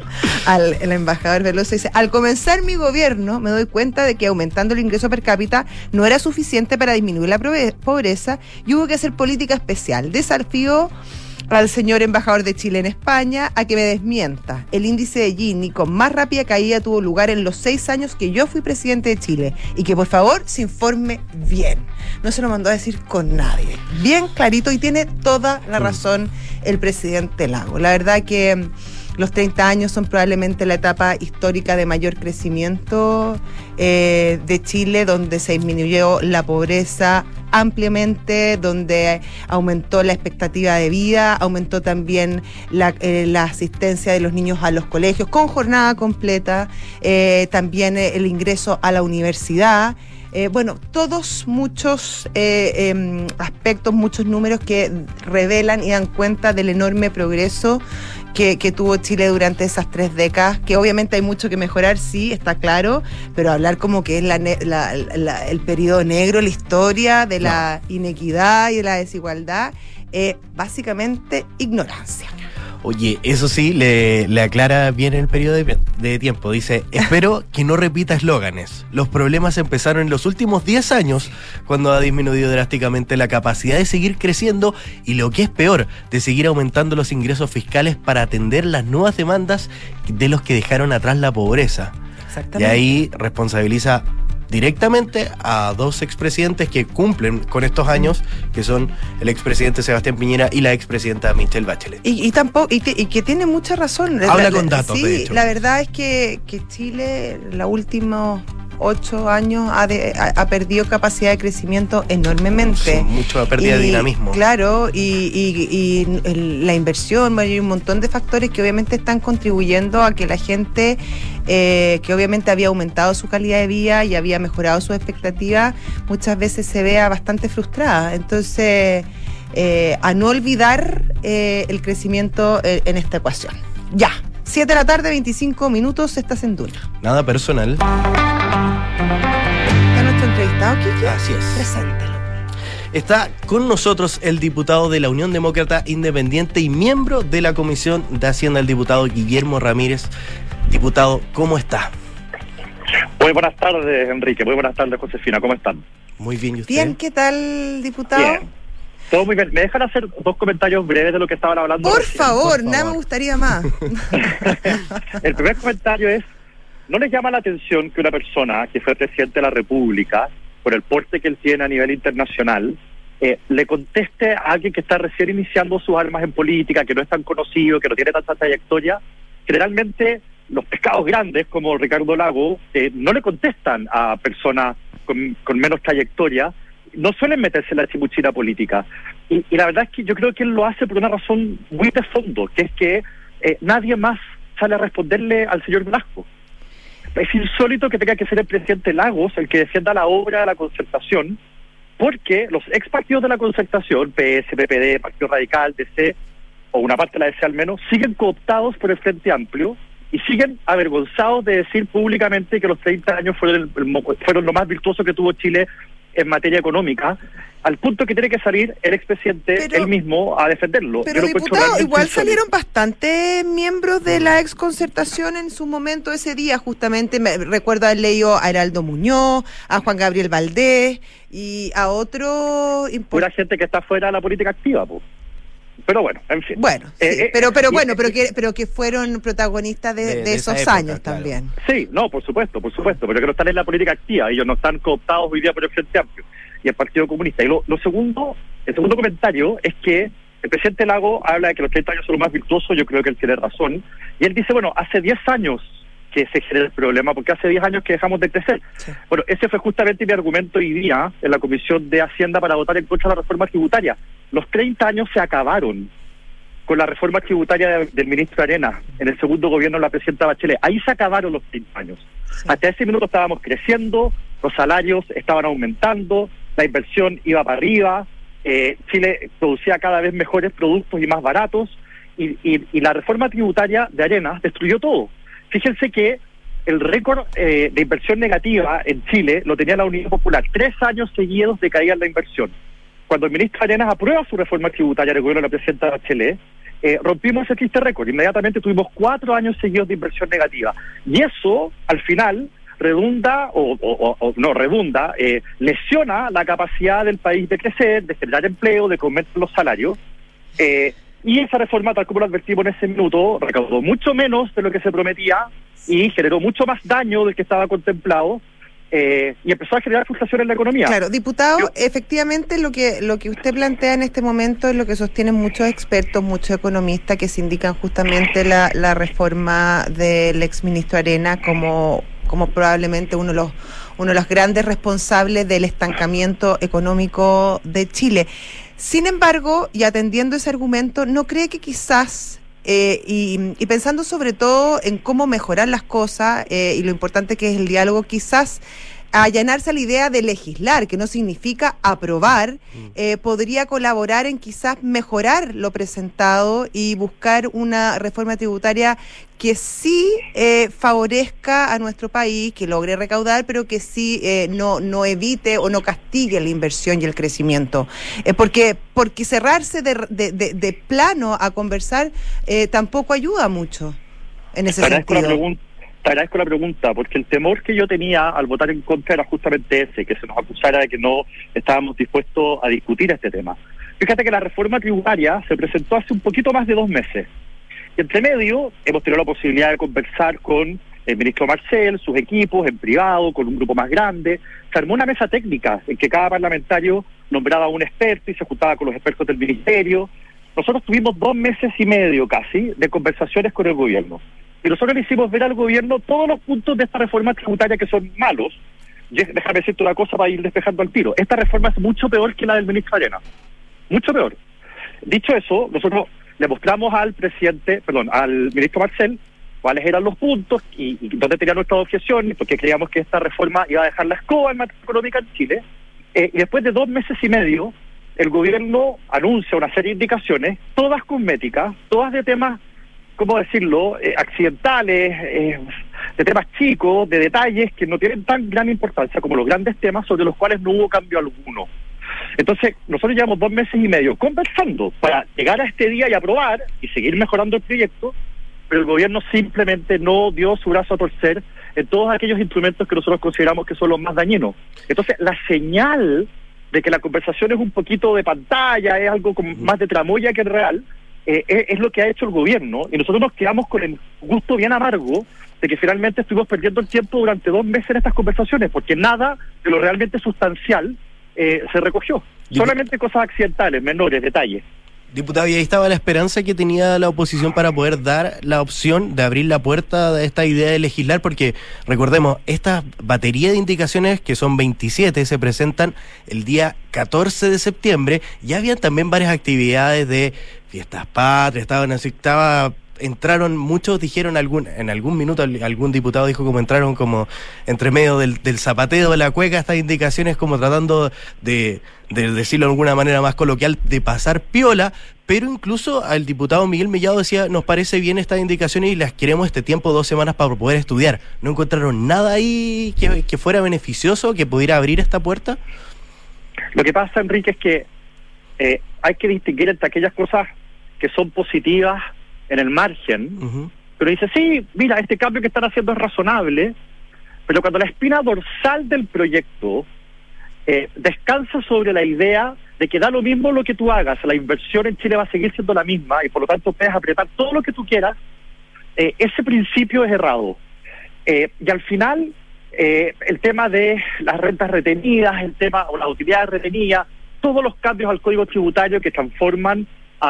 al el embajador Veloso. Dice, al comenzar mi gobierno me doy cuenta de que aumentando el ingreso per cápita no era suficiente para disminuir la pobreza y hubo que hacer política especial. Desafío al señor embajador de Chile en España a que me desmienta. El índice de Gini con más rápida caída tuvo lugar en los seis años que yo fui presidente de Chile, y que por favor se informe bien. No se lo mandó a decir con nadie. Bien clarito, y tiene toda la razón el presidente Lago. La verdad que los treinta años son probablemente la etapa histórica de mayor crecimiento eh, de Chile, donde se disminuyó la pobreza ampliamente, donde aumentó la expectativa de vida, aumentó también la, eh, la asistencia de los niños a los colegios con jornada completa, eh, también eh, el ingreso a la universidad. Eh, bueno, todos muchos eh, eh, aspectos, muchos números que revelan y dan cuenta del enorme progreso que, que tuvo Chile durante esas tres décadas, que obviamente hay mucho que mejorar, sí, está claro, pero hablar como que es la, la, la, el periodo negro, la historia de la no. inequidad y de la desigualdad, es eh, básicamente ignorancia.
Oye, eso sí, le, le aclara bien el periodo de, de tiempo. Dice, espero que no repita eslóganes. Los problemas empezaron en los últimos diez años, cuando ha disminuido drásticamente la capacidad de seguir creciendo y, lo que es peor, de seguir aumentando los ingresos fiscales para atender las nuevas demandas de los que dejaron atrás la pobreza.
Exactamente.
Y ahí responsabiliza directamente a dos expresidentes que cumplen con estos años, que son el expresidente Sebastián Piñera y la expresidenta Michelle Bachelet.
Y, y tampoco y, te, y que tiene mucha razón.
Habla
la,
con datos,
sí,
de hecho.
La verdad es que, que Chile, los últimos ocho años, ha, de, ha, ha perdido capacidad de crecimiento enormemente.
Sí, mucha pérdida
y,
de dinamismo.
Claro, y, y, y el, la inversión, hay un montón de factores que obviamente están contribuyendo a que la gente, eh, que obviamente había aumentado su calidad de vida y había mejorado sus expectativas, muchas veces se vea bastante frustrada. Entonces, eh, a no olvidar eh, el crecimiento eh, en esta ecuación. Ya, siete de la tarde, veinticinco minutos, estás en Duna.
Nada personal.
¿Está nuestro entrevistado, Kiki?
Así es.
Preséntelo.
Está con nosotros el diputado de la Unión Demócrata Independiente y miembro de la Comisión de Hacienda, el diputado Guillermo Ramírez. Diputado, ¿cómo está?
Muy buenas tardes, Enrique. Muy buenas tardes, Josefina. ¿Cómo están?
Muy bien, ¿y usted?
Bien, ¿qué tal, diputado?
Bien. Todo muy bien. ¿Me dejan hacer dos comentarios breves de lo que estaban hablando?
Por
recién?
favor,
Por favor.
nada me gustaría más.
El primer comentario es, ¿no les llama la atención que una persona que fue presidente de la República, por el porte que él tiene a nivel internacional, eh, le conteste a alguien que está recién iniciando sus armas en política, que no es tan conocido, que no tiene tanta trayectoria? Generalmente los pescados grandes, como Ricardo Lago, eh, no le contestan a personas con, con menos trayectoria, no suelen meterse en la chimuchina política. Y, y la verdad es que yo creo que él lo hace por una razón muy de fondo, que es que eh, nadie más sale a responderle al señor Velasco. Es insólito que tenga que ser el presidente Lagos el que defienda la obra de la concertación, porque los ex partidos de la concertación, P S, P P D, Partido Radical, D C, o una parte de la D C al menos, siguen cooptados por el Frente Amplio y siguen avergonzados de decir públicamente que los treinta años fueron, el, fueron lo más virtuoso que tuvo Chile en materia económica, al punto que tiene que salir el expresidente
Pero-
él mismo a defenderlo.
Pero,
Yo lo encuentro
diputado,
realmente
igual
insólito.
salieron bastantes miembros de la exconcertación en su momento ese día, justamente. Me recuerdo haber leído a Heraldo Muñoz, a Juan Gabriel Valdés y a otro... impor-
Pura gente que está fuera de la política activa, pues. Pero bueno, en fin.
Bueno, sí,
eh,
pero pero
eh,
bueno,
eh,
pero que pero que fueron protagonistas de,
De-
de
de esa
esos
época,
años
claro.
también.
Sí, no, por supuesto, por supuesto, pero que no están en la política activa, ellos no están cooptados hoy día por el Frente Amplio y el Partido Comunista. Y lo, lo segundo, el segundo comentario es que el presidente Lago habla de que los treinta años son los más virtuosos, yo creo que él tiene razón, y él dice, bueno, hace diez años que se genera el problema, porque hace diez años que dejamos de crecer.
Sí.
Bueno, ese fue justamente mi argumento hoy día en la Comisión de Hacienda para votar en contra de la reforma tributaria. Los treinta años se acabaron con la reforma tributaria de, del ministro Arenas en el segundo gobierno de la presidenta Bachelet. Ahí se acabaron los treinta años.
Sí.
Hasta ese minuto estábamos creciendo, los salarios estaban aumentando, la inversión iba para arriba, eh, Chile producía cada vez mejores productos y más baratos, y, y, y la reforma tributaria de Arenas destruyó todo. Fíjense que el récord eh, de inversión negativa en Chile lo tenía la Unidad Popular, tres años seguidos de caída en la inversión. Cuando el ministro Arenas aprueba su reforma tributaria del gobierno de la presidenta Bachelet, eh, rompimos ese triste récord. Inmediatamente tuvimos cuatro años seguidos de inversión negativa. Y eso, al final, redunda, o, o, o no, redunda, eh, lesiona la capacidad del país de crecer, de generar empleo, de aumentar los salarios. Eh, y esa reforma, tal como lo advertimos en ese minuto, recaudó mucho menos de lo que se prometía y generó mucho más daño del que estaba contemplado. Eh, y empezó a generar frustración en la economía.
Claro, diputado,
Yo-
efectivamente lo que lo que usted plantea en este momento es lo que sostienen muchos expertos, muchos economistas que se indican justamente la, la reforma del exministro Arenas como como probablemente uno de los uno de los grandes responsables del estancamiento económico de Chile. Sin embargo, y atendiendo ese argumento, ¿no cree que quizás Eh, y, y pensando sobre todo en cómo mejorar las cosas eh, y lo importante que es el diálogo, quizás allanarse a la idea de legislar, que no significa aprobar, eh, podría colaborar en quizás mejorar lo presentado y buscar una reforma tributaria que sí eh, favorezca a nuestro país, que logre recaudar, pero que sí eh, no no evite o no castigue la inversión y el crecimiento. Eh, porque porque cerrarse de, de, de, de plano a conversar eh, tampoco ayuda mucho en ese
Te agradezco la
sentido.
pregunta. Te agradezco la pregunta, porque el temor que yo tenía al votar en contra era justamente ese, que se nos acusara de que no estábamos dispuestos a discutir este tema. Fíjate que la reforma tributaria se presentó hace un poquito más de dos meses. Y entre medio hemos tenido la posibilidad de conversar con el ministro Marcel, sus equipos, en privado, con un grupo más grande. Se armó una mesa técnica en que cada parlamentario nombraba a un experto y se juntaba con los expertos del ministerio. Nosotros tuvimos dos meses y medio casi de conversaciones con el gobierno. Y nosotros le hicimos ver al gobierno todos los puntos de esta reforma tributaria que son malos. Y déjame decirte una cosa para ir despejando al tiro. Esta reforma es mucho peor que la del ministro Arenas. Mucho peor. Dicho eso, nosotros le mostramos al presidente, perdón, al ministro Marcel, cuáles eran los puntos y, y dónde tenían nuestras objeciones, porque creíamos que esta reforma iba a dejar la escoba en materia económica en Chile. Eh, y después de dos meses y medio, el gobierno anuncia una serie de indicaciones, todas cosméticas, todas de temas, ¿cómo decirlo?, eh, accidentales, eh, de temas chicos, de detalles que no tienen tan gran importancia como los grandes temas sobre los cuales no hubo cambio alguno. Entonces, nosotros llevamos dos meses y medio conversando para llegar a este día y aprobar y seguir mejorando el proyecto, pero el gobierno simplemente no dio su brazo a torcer en todos aquellos instrumentos que nosotros consideramos que son los más dañinos. Entonces, la señal de que la conversación es un poquito de pantalla, es algo con más de tramoya que real, eh, es, es lo que ha hecho el gobierno, y nosotros nos quedamos con el gusto bien amargo de que finalmente estuvimos perdiendo el tiempo durante dos meses en estas conversaciones, porque nada de lo realmente sustancial eh, se recogió. Solamente cosas accidentales, menores, detalles.
Diputado, y ahí estaba la esperanza que tenía la oposición para poder dar la opción de abrir la puerta de esta idea de legislar, porque recordemos, esta batería de indicaciones, que son veintisiete, se presentan el día catorce de septiembre. Ya habían también varias actividades de fiestas patrias, estaban así, estaba... entraron, muchos dijeron, algún en algún minuto algún diputado dijo como entraron como entre medio del, del zapateo de la cueca, estas indicaciones como tratando de, de decirlo de alguna manera más coloquial, de pasar piola, pero incluso al diputado Miguel Mellado decía, nos parece bien estas indicaciones y las queremos este tiempo, dos semanas para poder estudiar. ¿No encontraron nada ahí que, que fuera beneficioso, que pudiera abrir esta puerta?
Lo que pasa, Enrique, es que eh, hay que distinguir entre aquellas cosas que son positivas en el margen, uh-huh. pero dice, sí, mira, este cambio que están haciendo es razonable, pero cuando la espina dorsal del proyecto eh, descansa sobre la idea de que da lo mismo lo que tú hagas, la inversión en Chile va a seguir siendo la misma y por lo tanto puedes apretar todo lo que tú quieras, eh, ese principio es errado. Eh, y al final, eh, el tema de las rentas retenidas, el tema o las utilidades retenidas, todos los cambios al Código Tributario que transforman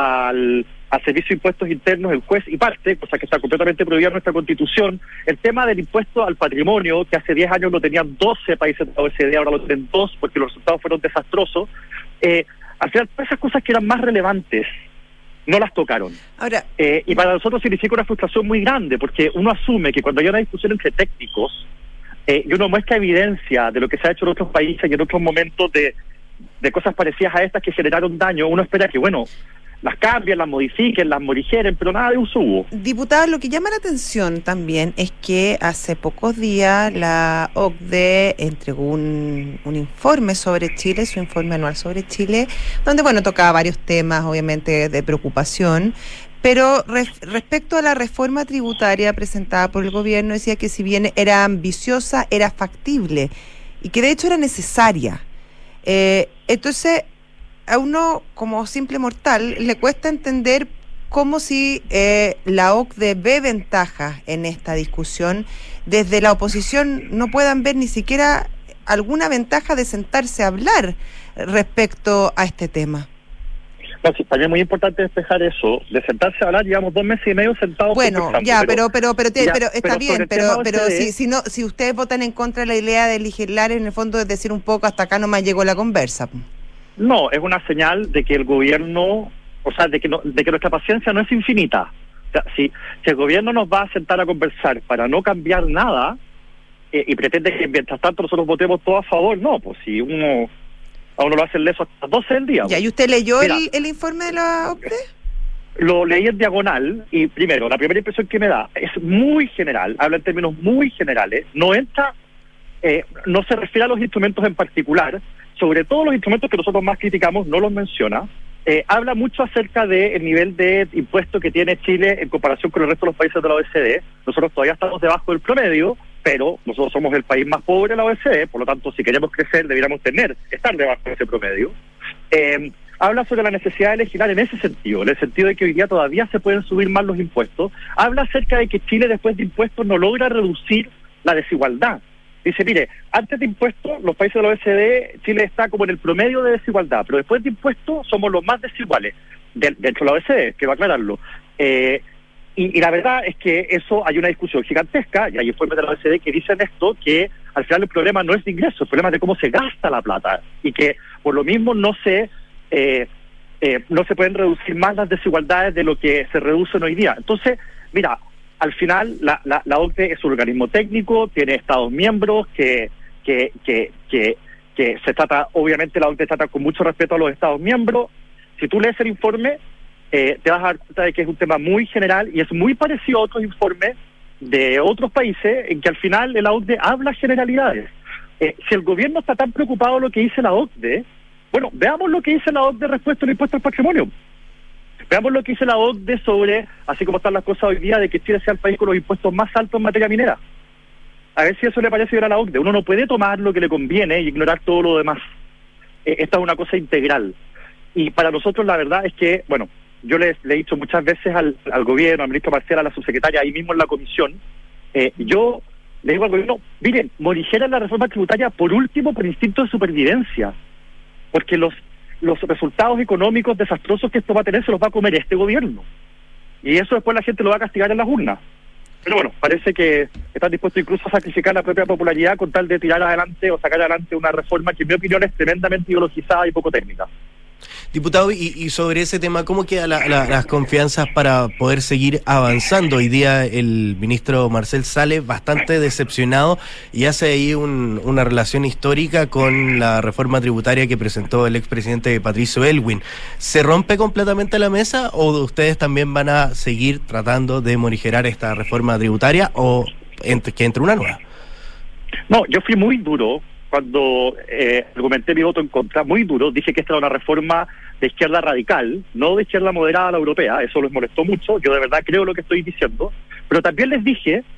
al, al Servicio de Impuestos Internos el juez y parte, cosa que está completamente prohibida en nuestra Constitución, el tema del impuesto al patrimonio, que hace diez años lo tenían doce países de la O E C D, ahora lo tienen dos porque los resultados fueron desastrosos, eh, al final todas esas cosas que eran más relevantes no las tocaron.
Ahora,
eh, y para nosotros significa una frustración muy grande, porque uno asume que cuando hay una discusión entre técnicos, eh, y uno muestra evidencia de lo que se ha hecho en otros países y en otros momentos de de cosas parecidas a estas que generaron daño, uno espera que, bueno, las cambien, las modifiquen, las morigeren, pero nada de uso hubo.
Diputada, lo que llama la atención también es que hace pocos días la O C D E entregó un, un informe sobre Chile, su informe anual sobre Chile, donde, bueno, tocaba varios temas, obviamente, de preocupación, pero re, respecto a la reforma tributaria presentada por el gobierno, decía que si bien era ambiciosa, era factible y que de hecho era necesaria. Eh, entonces, a uno como simple mortal le cuesta entender cómo si eh, la O C D E ve ventajas en esta discusión, desde la oposición no puedan ver ni siquiera alguna ventaja de sentarse a hablar respecto a este tema.
No, sí, para mí es muy importante despejar eso, de sentarse a hablar, llevamos dos meses y medio sentados.
Bueno, ya, pero pero pero, te,
ya,
pero está
pero
bien, pero pero
O E C D,
si si no si ustedes votan en contra de la idea de legislar, en el fondo es decir un poco hasta acá nomás llegó la conversa.
No, es una señal de que el gobierno, o sea, de que no, de que nuestra paciencia no es infinita. O sea, si, si el gobierno nos va a sentar a conversar para no cambiar nada eh, y pretende que mientras tanto nosotros votemos todos a favor, no, pues si uno a uno lo hace leso hasta las doce del día.
Ya, ¿y usted leyó
Mira,
el, el informe de la O C D E?
Lo leí en diagonal y primero, la primera impresión que me da es muy general, habla en términos muy generales, no entra, eh, no se refiere a los instrumentos en particular, sobre todo los instrumentos que nosotros más criticamos, no los menciona, eh, habla mucho acerca del nivel de impuesto que tiene Chile en comparación con el resto de los países de la O E C D. Nosotros todavía estamos debajo del promedio, pero nosotros somos el país más pobre de la O E C D, por lo tanto, si queremos crecer, deberíamos tener, estar debajo de ese promedio. Eh, habla sobre la necesidad de legislar en ese sentido, en el sentido de que hoy día todavía se pueden subir más los impuestos. Habla acerca de que Chile, después de impuestos, no logra reducir la desigualdad. Dice, mire, antes de impuestos, los países de la O E C D, Chile está como en el promedio de desigualdad, pero después de impuestos somos los más desiguales de, dentro de la O E C D, que va a aclararlo. Eh, y, y la verdad es que eso hay una discusión gigantesca, y hay informes de la O E C D que dicen esto, que al final el problema no es de ingresos, el problema es de cómo se gasta la plata, y que por lo mismo no se, eh, eh, no se pueden reducir más las desigualdades de lo que se reducen hoy día. Entonces, mira, al final, la, la, la O C D E es un organismo técnico, tiene estados miembros, que, que, que, que, que se trata, obviamente la O C D E trata con mucho respeto a los estados miembros. Si tú lees el informe, eh, te vas a dar cuenta de que es un tema muy general y es muy parecido a otros informes de otros países en que al final la O C D E habla generalidades. Eh, si el gobierno está tan preocupado de lo que dice la O C D E, bueno, veamos lo que dice la O C D E respecto al impuesto al patrimonio. Veamos lo que dice la O C D E sobre, así como están las cosas hoy día, de que Chile sea el país con los impuestos más altos en materia minera. A ver si eso le parece bien a la O C D E. Uno no puede tomar lo que le conviene y ignorar todo lo demás. Eh, esta es una cosa integral. Y para nosotros la verdad es que, bueno, yo le, le he dicho muchas veces al, al gobierno, al ministro Marcel, a la subsecretaria, ahí mismo en la comisión, eh, yo le digo al gobierno, miren, morigeren la reforma tributaria por último por instinto de supervivencia, porque los los resultados económicos desastrosos que esto va a tener se los va a comer este gobierno. Y eso después la gente lo va a castigar en las urnas. Pero bueno, parece que están dispuestos incluso a sacrificar la propia popularidad con tal de tirar adelante o sacar adelante una reforma que en mi opinión es tremendamente ideologizada y poco técnica.
Diputado, y, y sobre ese tema, ¿cómo quedan la, la, las confianzas para poder seguir avanzando? Hoy día el ministro Marcel sale bastante decepcionado y hace ahí un, una relación histórica con la reforma tributaria que presentó el expresidente Patricio Aylwin. ¿Se rompe completamente la mesa o ustedes también van a seguir tratando de morigerar esta reforma tributaria o entre, que entre una nueva?
No, yo fui muy duro cuando eh, argumenté mi voto en contra, muy duro. Dije que esta era una reforma de izquierda radical, no de izquierda moderada a la europea. Eso les molestó mucho. Yo de verdad creo lo que estoy diciendo. Pero también les dije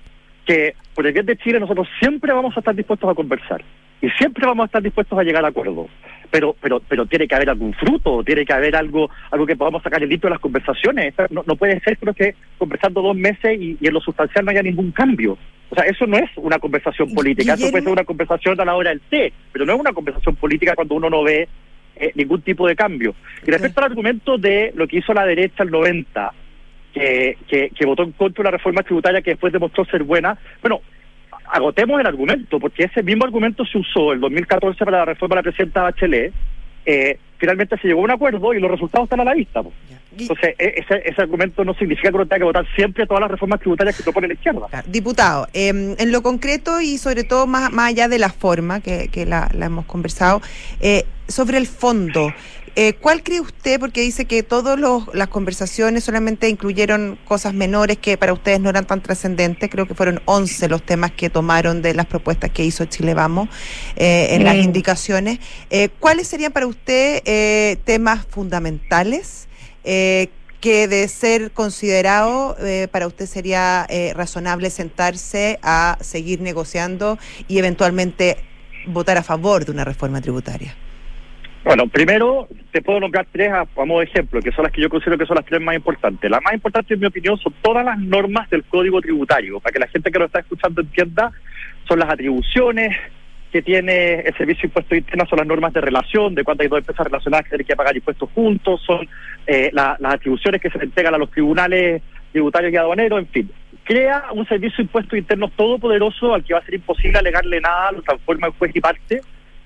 que por el bien de Chile nosotros siempre vamos a estar dispuestos a conversar y siempre vamos a estar dispuestos a llegar a acuerdos. Pero pero pero tiene que haber algún fruto, tiene que haber algo algo que podamos sacar el hito de las conversaciones. No, no puede ser, creo que conversando dos meses y, y en lo sustancial no haya ningún cambio. O sea, eso no es una conversación política,
Guillermo,
eso puede ser una conversación a la hora del té, pero no es una conversación política cuando uno no ve eh, ningún tipo de cambio. Y respecto al argumento de lo que hizo la derecha el noventa, que, que, que votó en contra de una reforma tributaria que después demostró ser buena, bueno, agotemos el argumento, porque ese mismo argumento se usó en dos mil catorce para la reforma de la presidenta Bachelet. Eh, finalmente se llegó a un acuerdo y los resultados están a la vista. Po. Entonces, ese, ese argumento no significa que uno tenga que votar siempre todas las reformas tributarias que propone la izquierda.
Diputado, eh, en lo concreto y sobre todo más, más allá de la forma que, que la, la hemos conversado, eh, sobre el fondo, eh, ¿cuál cree usted? Porque dice que todas las conversaciones solamente incluyeron cosas menores que para ustedes no eran tan trascendentes. Creo que fueron once los temas que tomaron de las propuestas que hizo Chile Vamos eh, en mm. las indicaciones. Eh, ¿Cuáles serían para usted eh, temas fundamentales eh, que de ser considerado eh, para usted sería eh, razonable sentarse a seguir negociando y eventualmente votar a favor de una reforma tributaria?
Bueno, primero te puedo nombrar tres a, a modo de ejemplo, que son las que yo considero que son las tres más importantes. Las más importantes, en mi opinión, son todas las normas del Código Tributario. Para que la gente que lo está escuchando entienda, son las atribuciones que tiene el Servicio de Impuestos Internos, son las normas de relación, de cuántas hay dos empresas relacionadas que tienen que pagar impuestos juntos, son eh, la, las atribuciones que se le entregan a los tribunales tributarios y aduaneros, en fin. Crea un Servicio de Impuestos Internos todopoderoso al que va a ser imposible alegarle nada, lo transforma en juez y parte.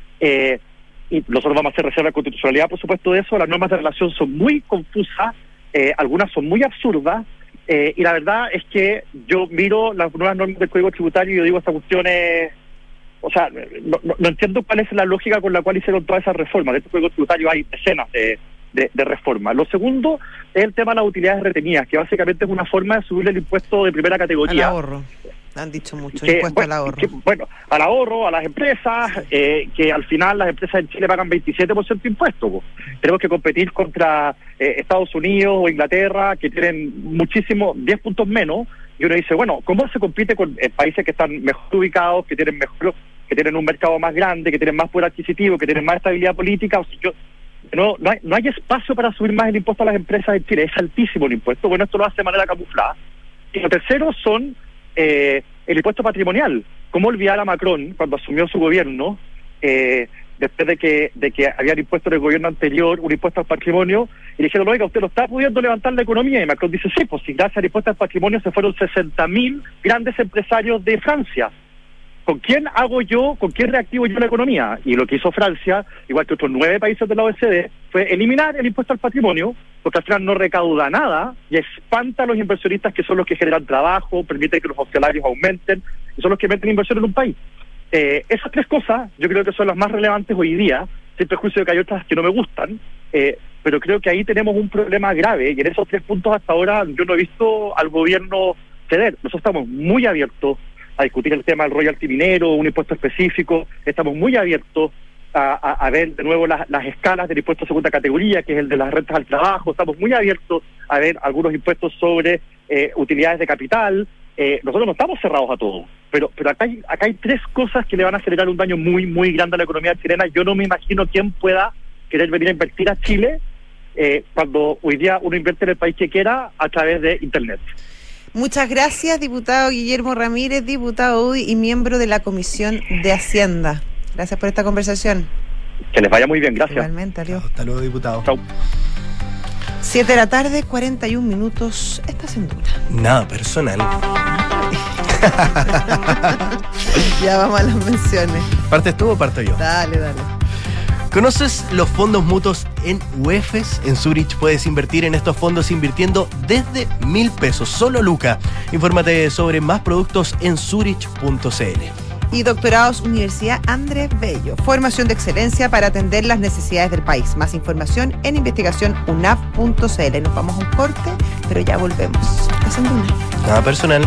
Eh, y nosotros vamos a hacer reserva de constitucionalidad, por supuesto, de eso. Las normas de relación son muy confusas, eh, algunas son muy absurdas, eh, y la verdad es que yo miro las nuevas normas del Código Tributario y yo digo, esta cuestión es... O sea, no, no, no entiendo cuál es la lógica con la cual hicieron todas esas reformas. De este Código Tributario hay decenas de, de, de reformas. Lo segundo es el tema de las utilidades retenidas, que básicamente es una forma de subirle el impuesto de primera categoría.
Al ahorro. Han dicho mucho,
que,
impuesto
bueno,
al ahorro.
Que, bueno, al ahorro, a las empresas, eh, que al final las empresas en Chile pagan veintisiete por ciento de impuestos. Pues. Tenemos que competir contra eh, Estados Unidos o Inglaterra, que tienen muchísimo, diez puntos menos, y uno dice, bueno, ¿cómo se compite con eh, países que están mejor ubicados, que tienen mejor, que tienen un mercado más grande, que tienen más poder adquisitivo, que tienen más estabilidad política? O sea, yo, no, no, hay, no hay espacio para subir más el impuesto a las empresas en Chile, es altísimo el impuesto. Bueno, esto lo hace de manera camuflada. Y lo tercero son eh, el impuesto patrimonial. ¿Cómo olvidar a Macron cuando asumió su gobierno, eh, después de que de que habían impuesto en el gobierno anterior un impuesto al patrimonio, y le dijeron, oiga, usted no está pudiendo levantar la economía? Y Macron dice, sí, pues si gracias al impuesto al patrimonio se fueron sesenta mil grandes empresarios de Francia. ¿Con quién hago yo, con quién reactivo yo la economía? Y lo que hizo Francia, igual que otros nueve países de la O E C D, fue eliminar el impuesto al patrimonio, porque al final no recauda nada y espanta a los inversionistas, que son los que generan trabajo, permiten que los salarios aumenten y son los que meten inversión en un país. Eh, esas tres cosas yo creo que son las más relevantes hoy día, sin prejuicio de que hay otras que no me gustan, eh, pero creo que ahí tenemos un problema grave, y en esos tres puntos hasta ahora yo no he visto al gobierno ceder. Nosotros estamos muy abiertos a discutir el tema del royalty minero, un impuesto específico, estamos muy abiertos a, a, a ver de nuevo las, las escalas del impuesto de segunda categoría, que es el de las rentas al trabajo, estamos muy abiertos a ver algunos impuestos sobre eh, utilidades de capital. Eh, nosotros no estamos cerrados a todo, pero pero acá hay, acá hay tres cosas que le van a generar un daño muy, muy grande a la economía chilena. Yo no me imagino quién pueda querer venir a invertir a Chile eh, cuando hoy día uno invierte en el país que quiera a través de Internet.
Muchas gracias, diputado Guillermo Ramírez, diputado U D I y miembro de la Comisión de Hacienda. Gracias por esta conversación.
Que les vaya muy bien, gracias.
Igualmente, adiós.
Hasta luego, diputado.
Chau.
Siete de la tarde, cuarenta y un minutos. Estás en Duna.
Nada personal.
Ya vamos a las menciones.
¿Partes tú o parto yo?
Dale, dale.
¿Conoces los fondos mutuos en U E F E S? En Zurich puedes invertir en estos fondos invirtiendo desde mil pesos, solo Luca. Infórmate sobre más productos en zurich punto c l.
Y doctorados Universidad Andrés Bello. Formación de excelencia para atender las necesidades del país. Más información en investigación u n a f punto c l. Nos vamos a un corte, pero ya volvemos. Estás en Duna.
Nada personal.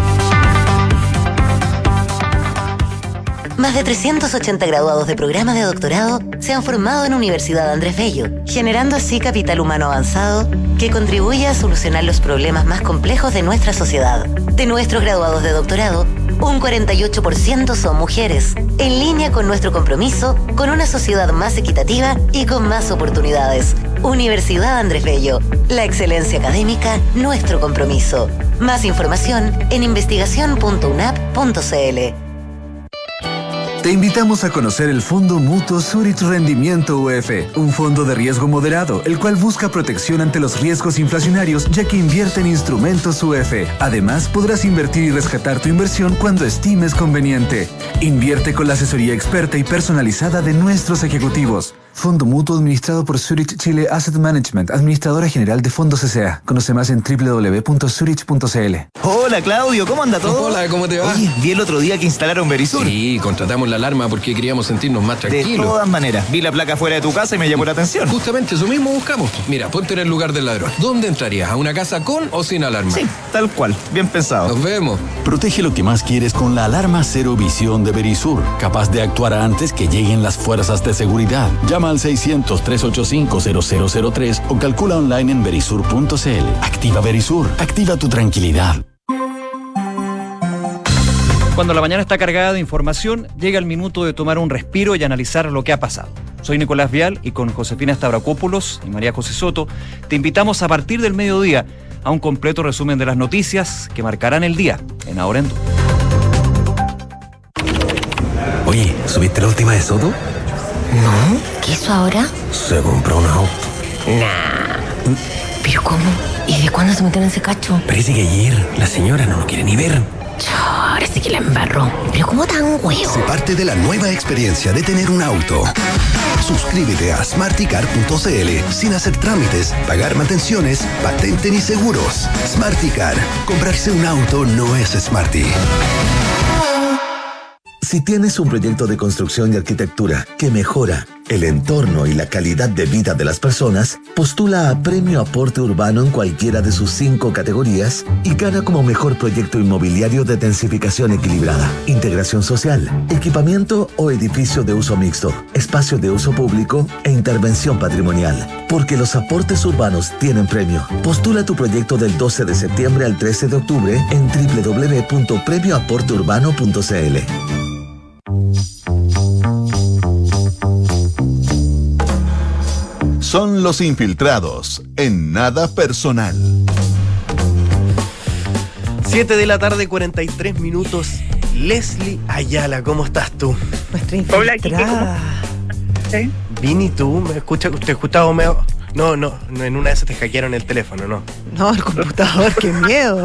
Más de trescientos ochenta graduados de programas de doctorado se han formado en Universidad Andrés Bello, generando así capital humano avanzado que contribuye a solucionar los problemas más complejos de nuestra sociedad. De nuestros graduados de doctorado, Un cuarenta y ocho por ciento son mujeres, en línea con nuestro compromiso con una sociedad más equitativa y con más oportunidades. Universidad Andrés Bello. La excelencia académica, nuestro compromiso. Más información en investigación punto unap punto cl.
Te invitamos a conocer el Fondo Mutuo Zurich Rendimiento U F, un fondo de riesgo moderado, el cual busca protección ante los riesgos inflacionarios, ya que invierte en instrumentos U F. Además, podrás invertir y rescatar tu inversión cuando estimes conveniente. Invierte con la asesoría experta y personalizada de nuestros ejecutivos. Fondo Mutuo administrado por Zurich Chile Asset Management, administradora general de fondos S A. Conoce más en doble u doble u doble u punto zurich punto cl.
Hola Claudio, ¿cómo anda todo?
Hola, ¿cómo te va?
Oye, vi el otro día que instalaron Verisur.
Sí, contratamos la alarma porque queríamos sentirnos más tranquilos.
De todas maneras, vi la placa fuera de tu casa y me llamó la atención.
Justamente eso mismo buscamos. Mira, ponte en el lugar del ladrón. ¿Dónde entrarías? ¿A una casa con o sin alarma?
Sí, tal cual, bien pensado.
Nos vemos.
Protege lo que más quieres con la alarma Cero Visión de Verisur, capaz de actuar antes que lleguen las fuerzas de seguridad. Llama al seiscientos, trescientos ochenta y cinco, cero cero cero tres o calcula online en verisur punto cl. Activa Verisur, activa tu tranquilidad.
Cuando la mañana está cargada de información, llega el minuto de tomar un respiro y analizar lo que ha pasado. Soy Nicolás Vial y con Josefina Stavrakopoulos y María José Soto te invitamos a partir del mediodía a un completo resumen de las noticias que marcarán el día en Ahora en Duna.
Oye, ¿subiste la última de Soto?
No, ¿qué hizo ahora?
Se compró un auto.
Nah. ¿Pero cómo? ¿Y de cuándo se metió en ese cacho?
Parece que ayer la señora no lo quiere ni ver.
Ahora sí que la embarró. ¿Pero cómo tan huevo?
Se parte de la nueva experiencia de tener un auto. Suscríbete a smarticar punto cl sin hacer trámites, pagar mantenciones, patente ni seguros. Smarticar. Comprarse un auto no es smarty.
Si tienes un proyecto de construcción y arquitectura que mejora el entorno y la calidad de vida de las personas, postula a Premio Aporte Urbano en cualquiera de sus cinco categorías y gana como mejor proyecto inmobiliario de densificación equilibrada, integración social, equipamiento o edificio de uso mixto, espacio de uso público e intervención patrimonial. Porque los aportes urbanos tienen premio. Postula tu proyecto del doce de septiembre al trece de octubre en doble u doble u doble u punto premio aporte urbano punto cl.
Son los infiltrados en Nada Personal.
siete de la tarde, cuarenta y tres minutos. Leslie Ayala, ¿cómo estás tú?
Nuestra infiltrada.
¿Sí? Vini, tú, ¿me escuchas? ¿Te escuchaba medio? No, no, no, en una de esas te hackearon el teléfono, ¿no?
No, el computador, qué miedo.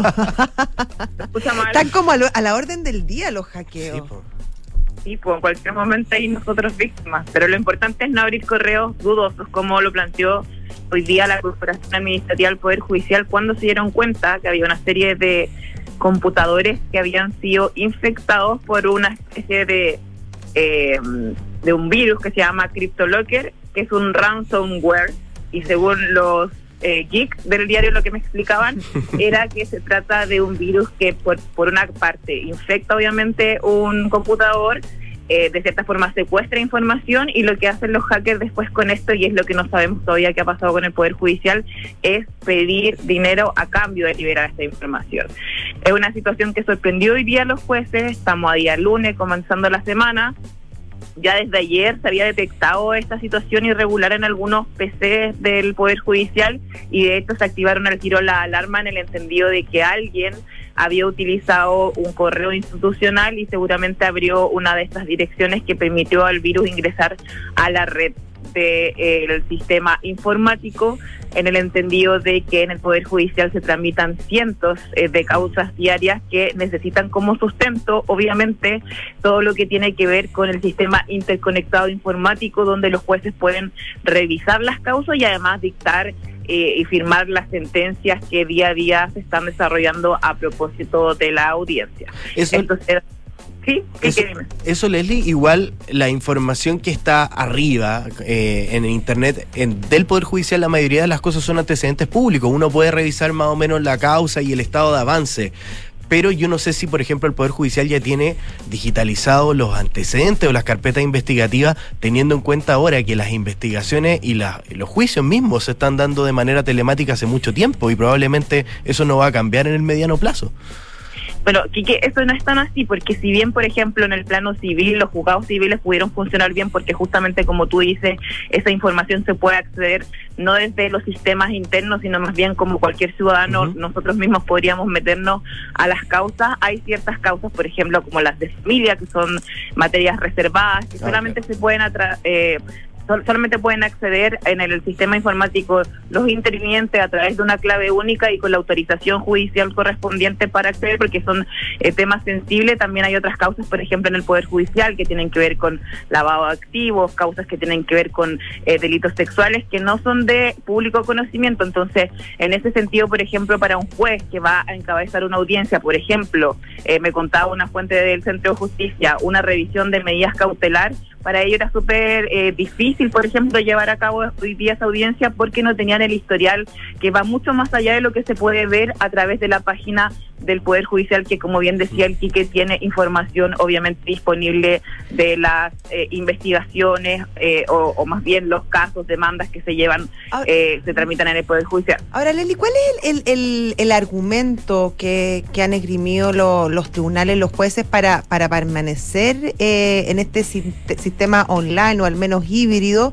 Están como a, lo, a la orden del día los hackeos.
Sí, po.
Sí, pues en cualquier momento hay nosotros víctimas, pero lo importante es no abrir correos dudosos, como lo planteó hoy día la Corporación Administrativa del Poder Judicial cuando se dieron cuenta que había una serie de computadores que habían sido infectados por una especie de eh, de un virus que se llama CryptoLocker, que es un ransomware, y según los eh, geeks del diario lo que me explicaban era que se trata de un virus que por, por una parte infecta obviamente un computador, eh, de cierta forma secuestra información, y lo que hacen los hackers después con esto, y es lo que no sabemos todavía qué ha pasado con el Poder Judicial, es pedir dinero a cambio de liberar esta información. Es una situación que sorprendió hoy día a los jueces. Estamos a día lunes, comenzando la semana. Ya desde ayer se había detectado esta situación irregular en algunos P Cs del Poder Judicial, y de hecho se activaron al tiro la alarma en el entendido de que alguien había utilizado un correo institucional y seguramente abrió una de estas direcciones que permitió al virus ingresar a la red del eh, sistema informático, en el entendido de que en el Poder Judicial se tramitan cientos eh, de causas diarias que necesitan como sustento, obviamente, todo lo que tiene que ver con el sistema interconectado informático, donde los jueces pueden revisar las causas y además dictar eh, y firmar las sentencias que día a día se están desarrollando a propósito de la audiencia.
Eso...
Entonces, ¿sí? ¿Qué
eso,
quieren?
eso, Leslie, igual la información que está arriba eh, en el internet en, del Poder Judicial, la mayoría de las cosas son antecedentes públicos. Uno puede revisar más o menos la causa y el estado de avance, pero yo no sé si, por ejemplo, el Poder Judicial ya tiene digitalizado los antecedentes o las carpetas investigativas, teniendo en cuenta ahora que las investigaciones y la, los juicios mismos se están dando de manera telemática hace mucho tiempo, y probablemente eso no va a cambiar en el mediano plazo.
Bueno, Quique, eso no es tan así, porque si bien, por ejemplo, en el plano civil, los juzgados civiles pudieron funcionar bien, porque justamente, como tú dices, esa información se puede acceder no desde los sistemas internos, sino más bien como cualquier ciudadano, uh-huh. nosotros mismos podríamos meternos a las causas. Hay ciertas causas, por ejemplo, como las de familia, que son materias reservadas, que okay. solamente se pueden atra- eh, solamente pueden acceder en el sistema informático los intervinientes a través de una clave única y con la autorización judicial correspondiente para acceder, porque son eh, temas sensibles. También hay otras causas, por ejemplo, en el Poder Judicial, que tienen que ver con lavado de activos, causas que tienen que ver con eh, delitos sexuales, que no son de público conocimiento. Entonces, en ese sentido, por ejemplo, para un juez que va a encabezar una audiencia, por ejemplo, eh, me contaba una fuente del Centro de Justicia, una revisión de medidas cautelar, para ello era súper eh, difícil, por ejemplo, llevar a cabo hoy día esa audiencia, porque no tenían el historial que va mucho más allá de lo que se puede ver a través de la página del Poder Judicial, que, como bien decía el Quique, tiene información obviamente disponible de las eh, investigaciones eh, o, o más bien los casos, demandas que se llevan, eh, se tramitan en el Poder Judicial.
Ahora, Leli, ¿cuál es el, el, el, el argumento que, que han esgrimido lo, los tribunales, los jueces, para, para permanecer eh, en este si, sistema online o al menos híbrido,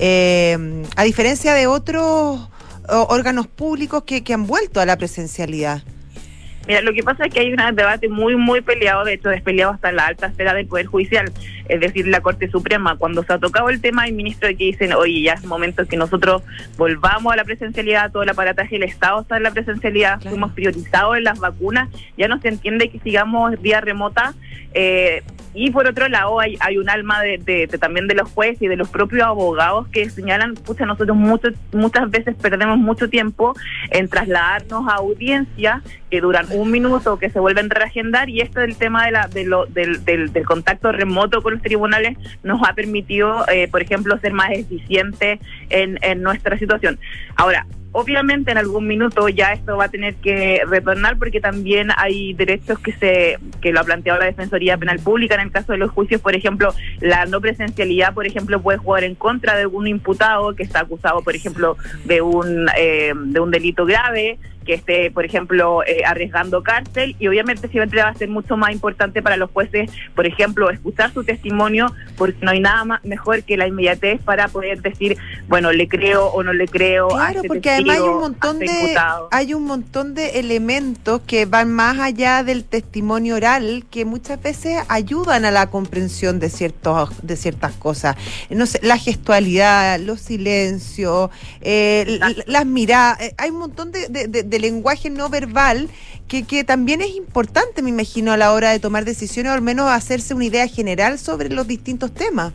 eh, a diferencia de otros órganos públicos que, que han vuelto a la presencialidad?
Mira, lo que pasa es que hay un debate muy, muy peleado, de hecho, despeleado hasta la alta esfera del Poder Judicial, es decir, la Corte Suprema. Cuando se ha tocado el tema, hay ministros que dicen, oye, ya es momento que nosotros volvamos a la presencialidad, todo el aparataje del Estado está en la presencialidad, claro. Fuimos priorizados en las vacunas, ya no se entiende que sigamos vía remota. Eh, y por otro lado, hay, hay un alma de, de, de también de los jueces y de los propios abogados que señalan, pucha, nosotros mucho, muchas veces perdemos mucho tiempo en trasladarnos a audiencias que duran un minuto, que se vuelven a reagendar, y esto del tema de la, de lo, del, del, del contacto remoto con los tribunales nos ha permitido, eh, por ejemplo, ser más eficientes en, en nuestra situación. Ahora, obviamente en algún minuto ya esto va a tener que retornar, porque también hay derechos que se que lo ha planteado la Defensoría Penal Pública en el caso de los juicios. Por ejemplo, la no presencialidad, por ejemplo, puede jugar en contra de un imputado que está acusado, por ejemplo, de un eh, de un delito grave, que esté, por ejemplo, eh, arriesgando cárcel, y obviamente siempre va a ser mucho más importante para los jueces, por ejemplo, escuchar su testimonio, porque no hay nada más mejor que la inmediatez para poder decir, bueno, le creo o no le creo.
Claro,
a este
porque
testigo,
además hay un montón de
imputado.
hay un montón de elementos que van más allá del testimonio oral, que muchas veces ayudan a la comprensión de ciertos de ciertas cosas. No sé, la gestualidad, los silencios, eh, la, las miradas, eh, hay un montón de, de, de, de lenguaje no verbal que, que también es importante, me imagino, a la hora de tomar decisiones, o al menos hacerse una idea general sobre los distintos temas.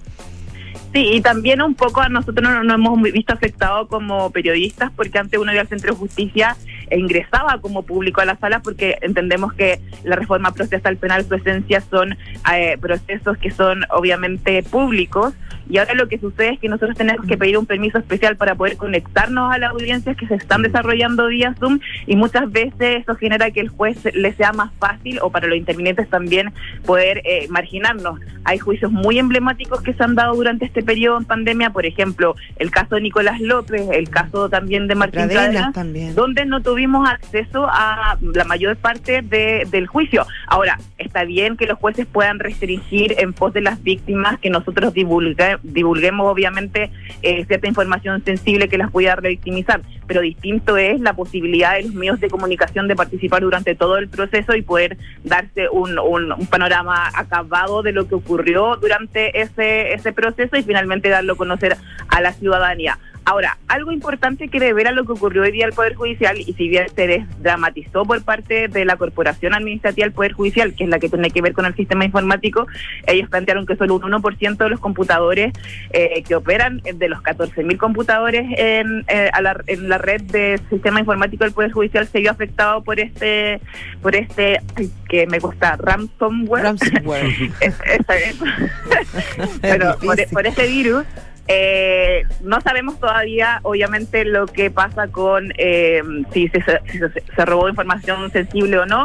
Sí, y también un poco a nosotros nos no hemos visto afectados como periodistas, porque antes uno iba al Centro de Justicia e ingresaba como público a la sala, porque entendemos que la reforma procesal penal, su esencia, son eh, procesos que son obviamente públicos, y ahora lo que sucede es que nosotros tenemos que pedir un permiso especial para poder conectarnos a las audiencias que se están desarrollando vía Zoom, y muchas veces eso genera que el juez le sea más fácil, o para los intervinientes también, poder eh, marginarnos. Hay juicios muy emblemáticos que se han dado durante este periodo en pandemia, por ejemplo, el caso de Nicolás López, el caso también de Martín Pradena, donde no tuvimos acceso a la mayor parte de, del juicio. Ahora, está bien que los jueces puedan restringir en pos de las víctimas, que nosotros divulgue, divulguemos obviamente eh, cierta información sensible que las pueda revictimizar, pero distinto es la posibilidad de los medios de comunicación de participar durante todo el proceso y poder darse un, un, un panorama acabado de lo que ocurrió durante ese, ese proceso, y finalmente darlo a conocer a la ciudadanía. Ahora, algo importante que de ver a lo que ocurrió hoy día al Poder Judicial, y si bien se desdramatizó por parte de la Corporación Administrativa del Poder Judicial, que es la que tiene que ver con el sistema informático, ellos plantearon que solo un uno por ciento de los computadores eh, que operan, de los catorce mil computadores en, eh, a la, en la red de sistema informático del Poder Judicial, se vio afectado por este, por este, ay, que me gusta, ransomware. Ransomware. es, es, es, pero por, por este virus. Eh, no sabemos todavía, obviamente, lo que pasa con eh, si, se, si se, se robó información sensible o no.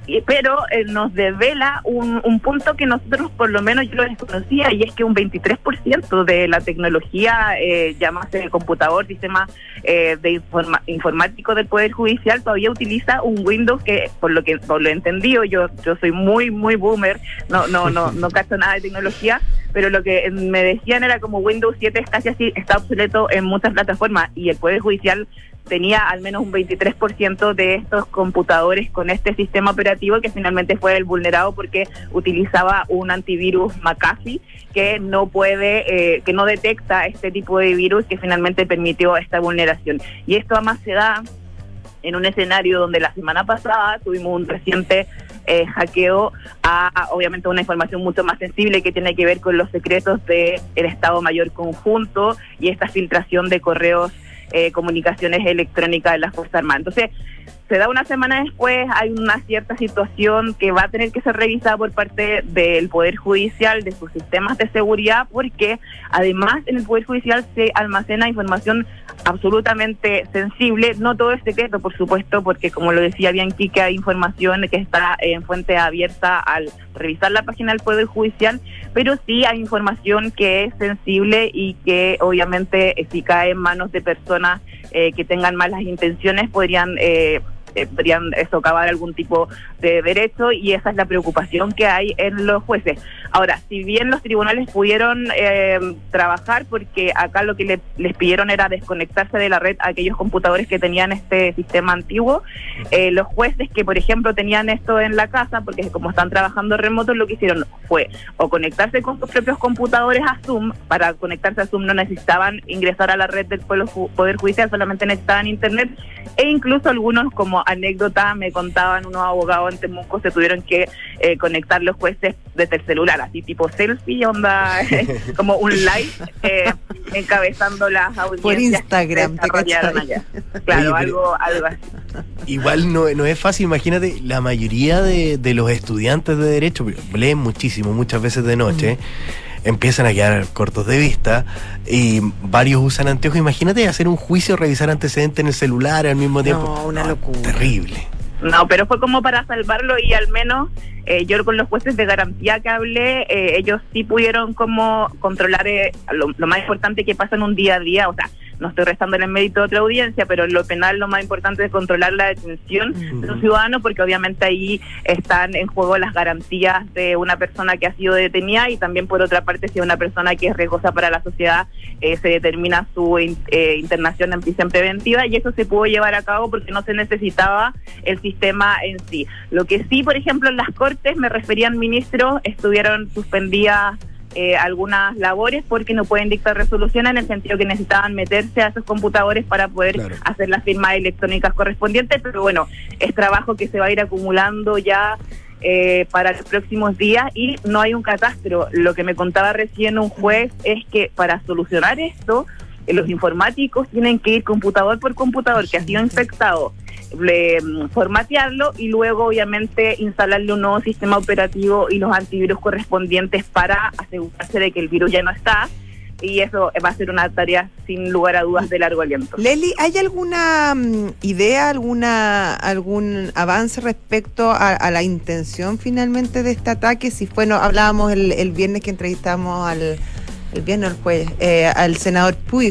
y- pero eh, nos devela un, un punto que nosotros por lo menos yo lo desconocía, y es que un veintitrés por ciento de la tecnología, eh, llámase computador, sistema eh, de informa- informático del Poder Judicial, todavía utiliza un Windows que, por lo que por lo entendido, yo yo soy muy muy boomer, no no no no cacho nada de tecnología, pero lo que me decían era como Windows siete es casi así, está obsoleto en muchas plataformas, y el Poder Judicial tenía al menos un veintitrés por ciento de estos computadores con este sistema operativo, que finalmente fue el vulnerado porque utilizaba un antivirus McAfee que no puede, eh, que no detecta este tipo de virus, que finalmente permitió esta vulneración. Y esto además se da en un escenario donde la semana pasada tuvimos un reciente eh, hackeo a, a, obviamente, una información mucho más sensible que tiene que ver con los secretos del Estado Mayor Conjunto y esta filtración de correos, eh, comunicaciones electrónicas de las Fuerzas Armadas. Entonces, se da una semana después, hay una cierta situación que va a tener que ser revisada por parte del Poder Judicial, de sus sistemas de seguridad, porque además en el Poder Judicial se almacena información absolutamente sensible, no todo es secreto, por supuesto, porque como lo decía bien Kike, hay información que está en fuente abierta al revisar la página del Poder Judicial, pero sí hay información que es sensible y que obviamente eh, si cae en manos de personas eh, que tengan malas intenciones podrían... Eh, Eh, podrían socavar algún tipo de derecho, y esa es la preocupación que hay en los jueces. Ahora, si bien los tribunales pudieron eh, trabajar, porque acá lo que le, les pidieron era desconectarse de la red a aquellos computadores que tenían este sistema antiguo, eh, los jueces que, por ejemplo, tenían esto en la casa, porque como están trabajando remotos, lo que hicieron fue o conectarse con sus propios computadores a Zoom. Para conectarse a Zoom no necesitaban ingresar a la red del Poder Judicial, solamente necesitaban internet, e incluso algunos, como anécdota, me contaban unos abogados en Temuco, se tuvieron que eh, conectar los jueces desde el celular, así tipo selfie, onda, como un live, eh, encabezando las audiencias
por Instagram,
que desarrollaron allá. Claro,
Oye,
algo, algo así.
Igual no, no es fácil, imagínate, la mayoría de, de los estudiantes de Derecho leen muchísimo, muchas veces de noche, mm. empiezan a quedar cortos de vista y varios usan anteojos. Imagínate hacer un juicio, revisar antecedentes en el celular al mismo tiempo.
No, una locura.
Terrible.
No, pero fue como para salvarlo, y al menos eh, yo con los jueces de garantía que hablé, eh, ellos sí pudieron como controlar eh, lo, lo más importante que pasa en un día a día. O sea, no estoy restando el mérito de otra audiencia, pero en lo penal lo más importante es controlar la detención uh-huh. de un ciudadano, porque obviamente ahí están en juego las garantías de una persona que ha sido detenida, y también por otra parte, si una persona que es riesgosa para la sociedad, eh, se determina su eh, internación en prisión preventiva, y eso se pudo llevar a cabo porque no se necesitaba el sistema en sí. Lo que sí, por ejemplo, en las Cortes, me referían ministros, estuvieron suspendidas Eh, algunas labores porque no pueden dictar resoluciones, en el sentido que necesitaban meterse a esos computadores para poder claro. hacer las firmas electrónicas correspondientes, pero bueno, es trabajo que se va a ir acumulando ya eh, para los próximos días, y no hay un catastro. Lo que me contaba recién un juez es que para solucionar esto, eh, los informáticos tienen que ir computador por computador que ha sido infectado, Le, formatearlo y luego obviamente instalarle un nuevo sistema operativo y los antivirus correspondientes para asegurarse de que el virus ya no está, y eso va a ser una tarea sin lugar a dudas de largo aliento.
Leli, ¿hay alguna um, idea, alguna algún avance respecto a, a la intención finalmente de este ataque? Si fue, no, hablábamos el, el viernes que entrevistamos al el viernes el jueves, eh, al senador Puig,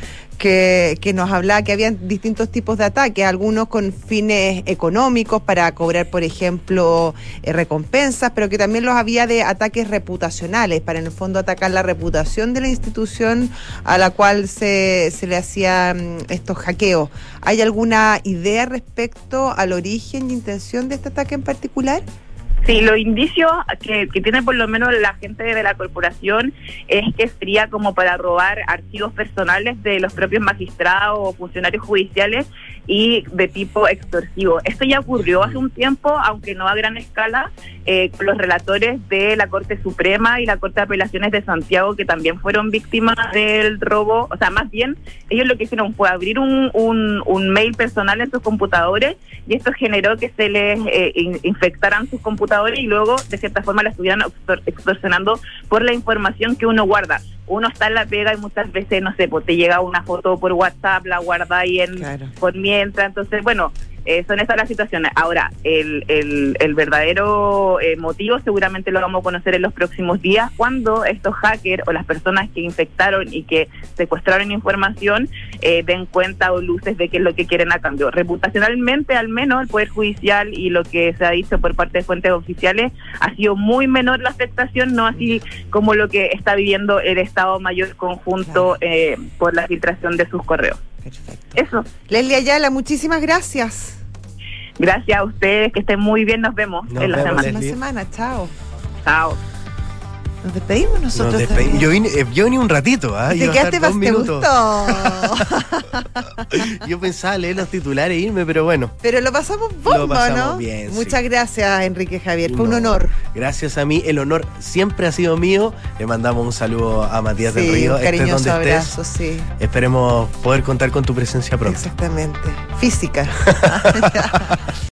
Que, que nos hablaba que había distintos tipos de ataques, algunos con fines económicos para cobrar, por ejemplo, eh, recompensas, pero que también los había de ataques reputacionales, para en el fondo atacar la reputación de la institución a la cual se, se le hacían estos hackeos. ¿Hay alguna idea respecto al origen y intención de este ataque en particular?
Sí, los indicios que, que tiene por lo menos la gente de la corporación es que sería como para robar archivos personales de los propios magistrados o funcionarios judiciales y de tipo extorsivo. Esto ya ocurrió hace un tiempo, aunque no a gran escala, eh, con los relatores de la Corte Suprema y la Corte de Apelaciones de Santiago, que también fueron víctimas del robo. O sea, más bien, ellos lo que hicieron fue abrir un, un, un mail personal en sus computadores, y esto generó que se les eh, in, infectaran sus computadores, y luego de cierta forma la estuvieran extorsionando por la información que uno guarda. Uno está en la pega y muchas veces, no sé, pues te llega una foto por WhatsApp, la guarda ahí en, claro. por mientras. Entonces, bueno, Eh, son esas las situaciones. Ahora, el, el, el verdadero eh, motivo seguramente lo vamos a conocer en los próximos días, cuando estos hackers o las personas que infectaron y que secuestraron información eh, den cuenta o luces de qué es lo que quieren a cambio. Reputacionalmente, al menos, el Poder Judicial y lo que se ha dicho por parte de fuentes oficiales, ha sido muy menor la afectación, no así como lo que está viviendo el Estado Mayor Conjunto eh, por la filtración de sus correos.
Perfecto.
Eso.
Leslie Ayala, muchísimas gracias.
Gracias a ustedes, que estén muy bien, nos vemos
Nos
en la
vemos,
semana.
Próxima semana, chao.
Chao.
Nos despedimos nosotros
Nos despedimos.
también.
Yo vine, eh, yo vine un ratito, ¿ah?
Te
Iba a
quedaste
estar dos
más, te
minutos.
gustó.
Yo pensaba leer los titulares e irme, pero bueno.
Pero lo pasamos bomba,
Lo pasamos
¿no?
bien, sí.
Muchas gracias, Enrique Javier. Fue un
No,
honor.
Gracias a mí, el honor siempre ha sido mío. Le mandamos un saludo a Matías del
Sí,
Río.
un
Estés
cariñoso
donde
abrazo,
estés.
sí.
Esperemos poder contar con tu presencia pronto.
Exactamente. Física.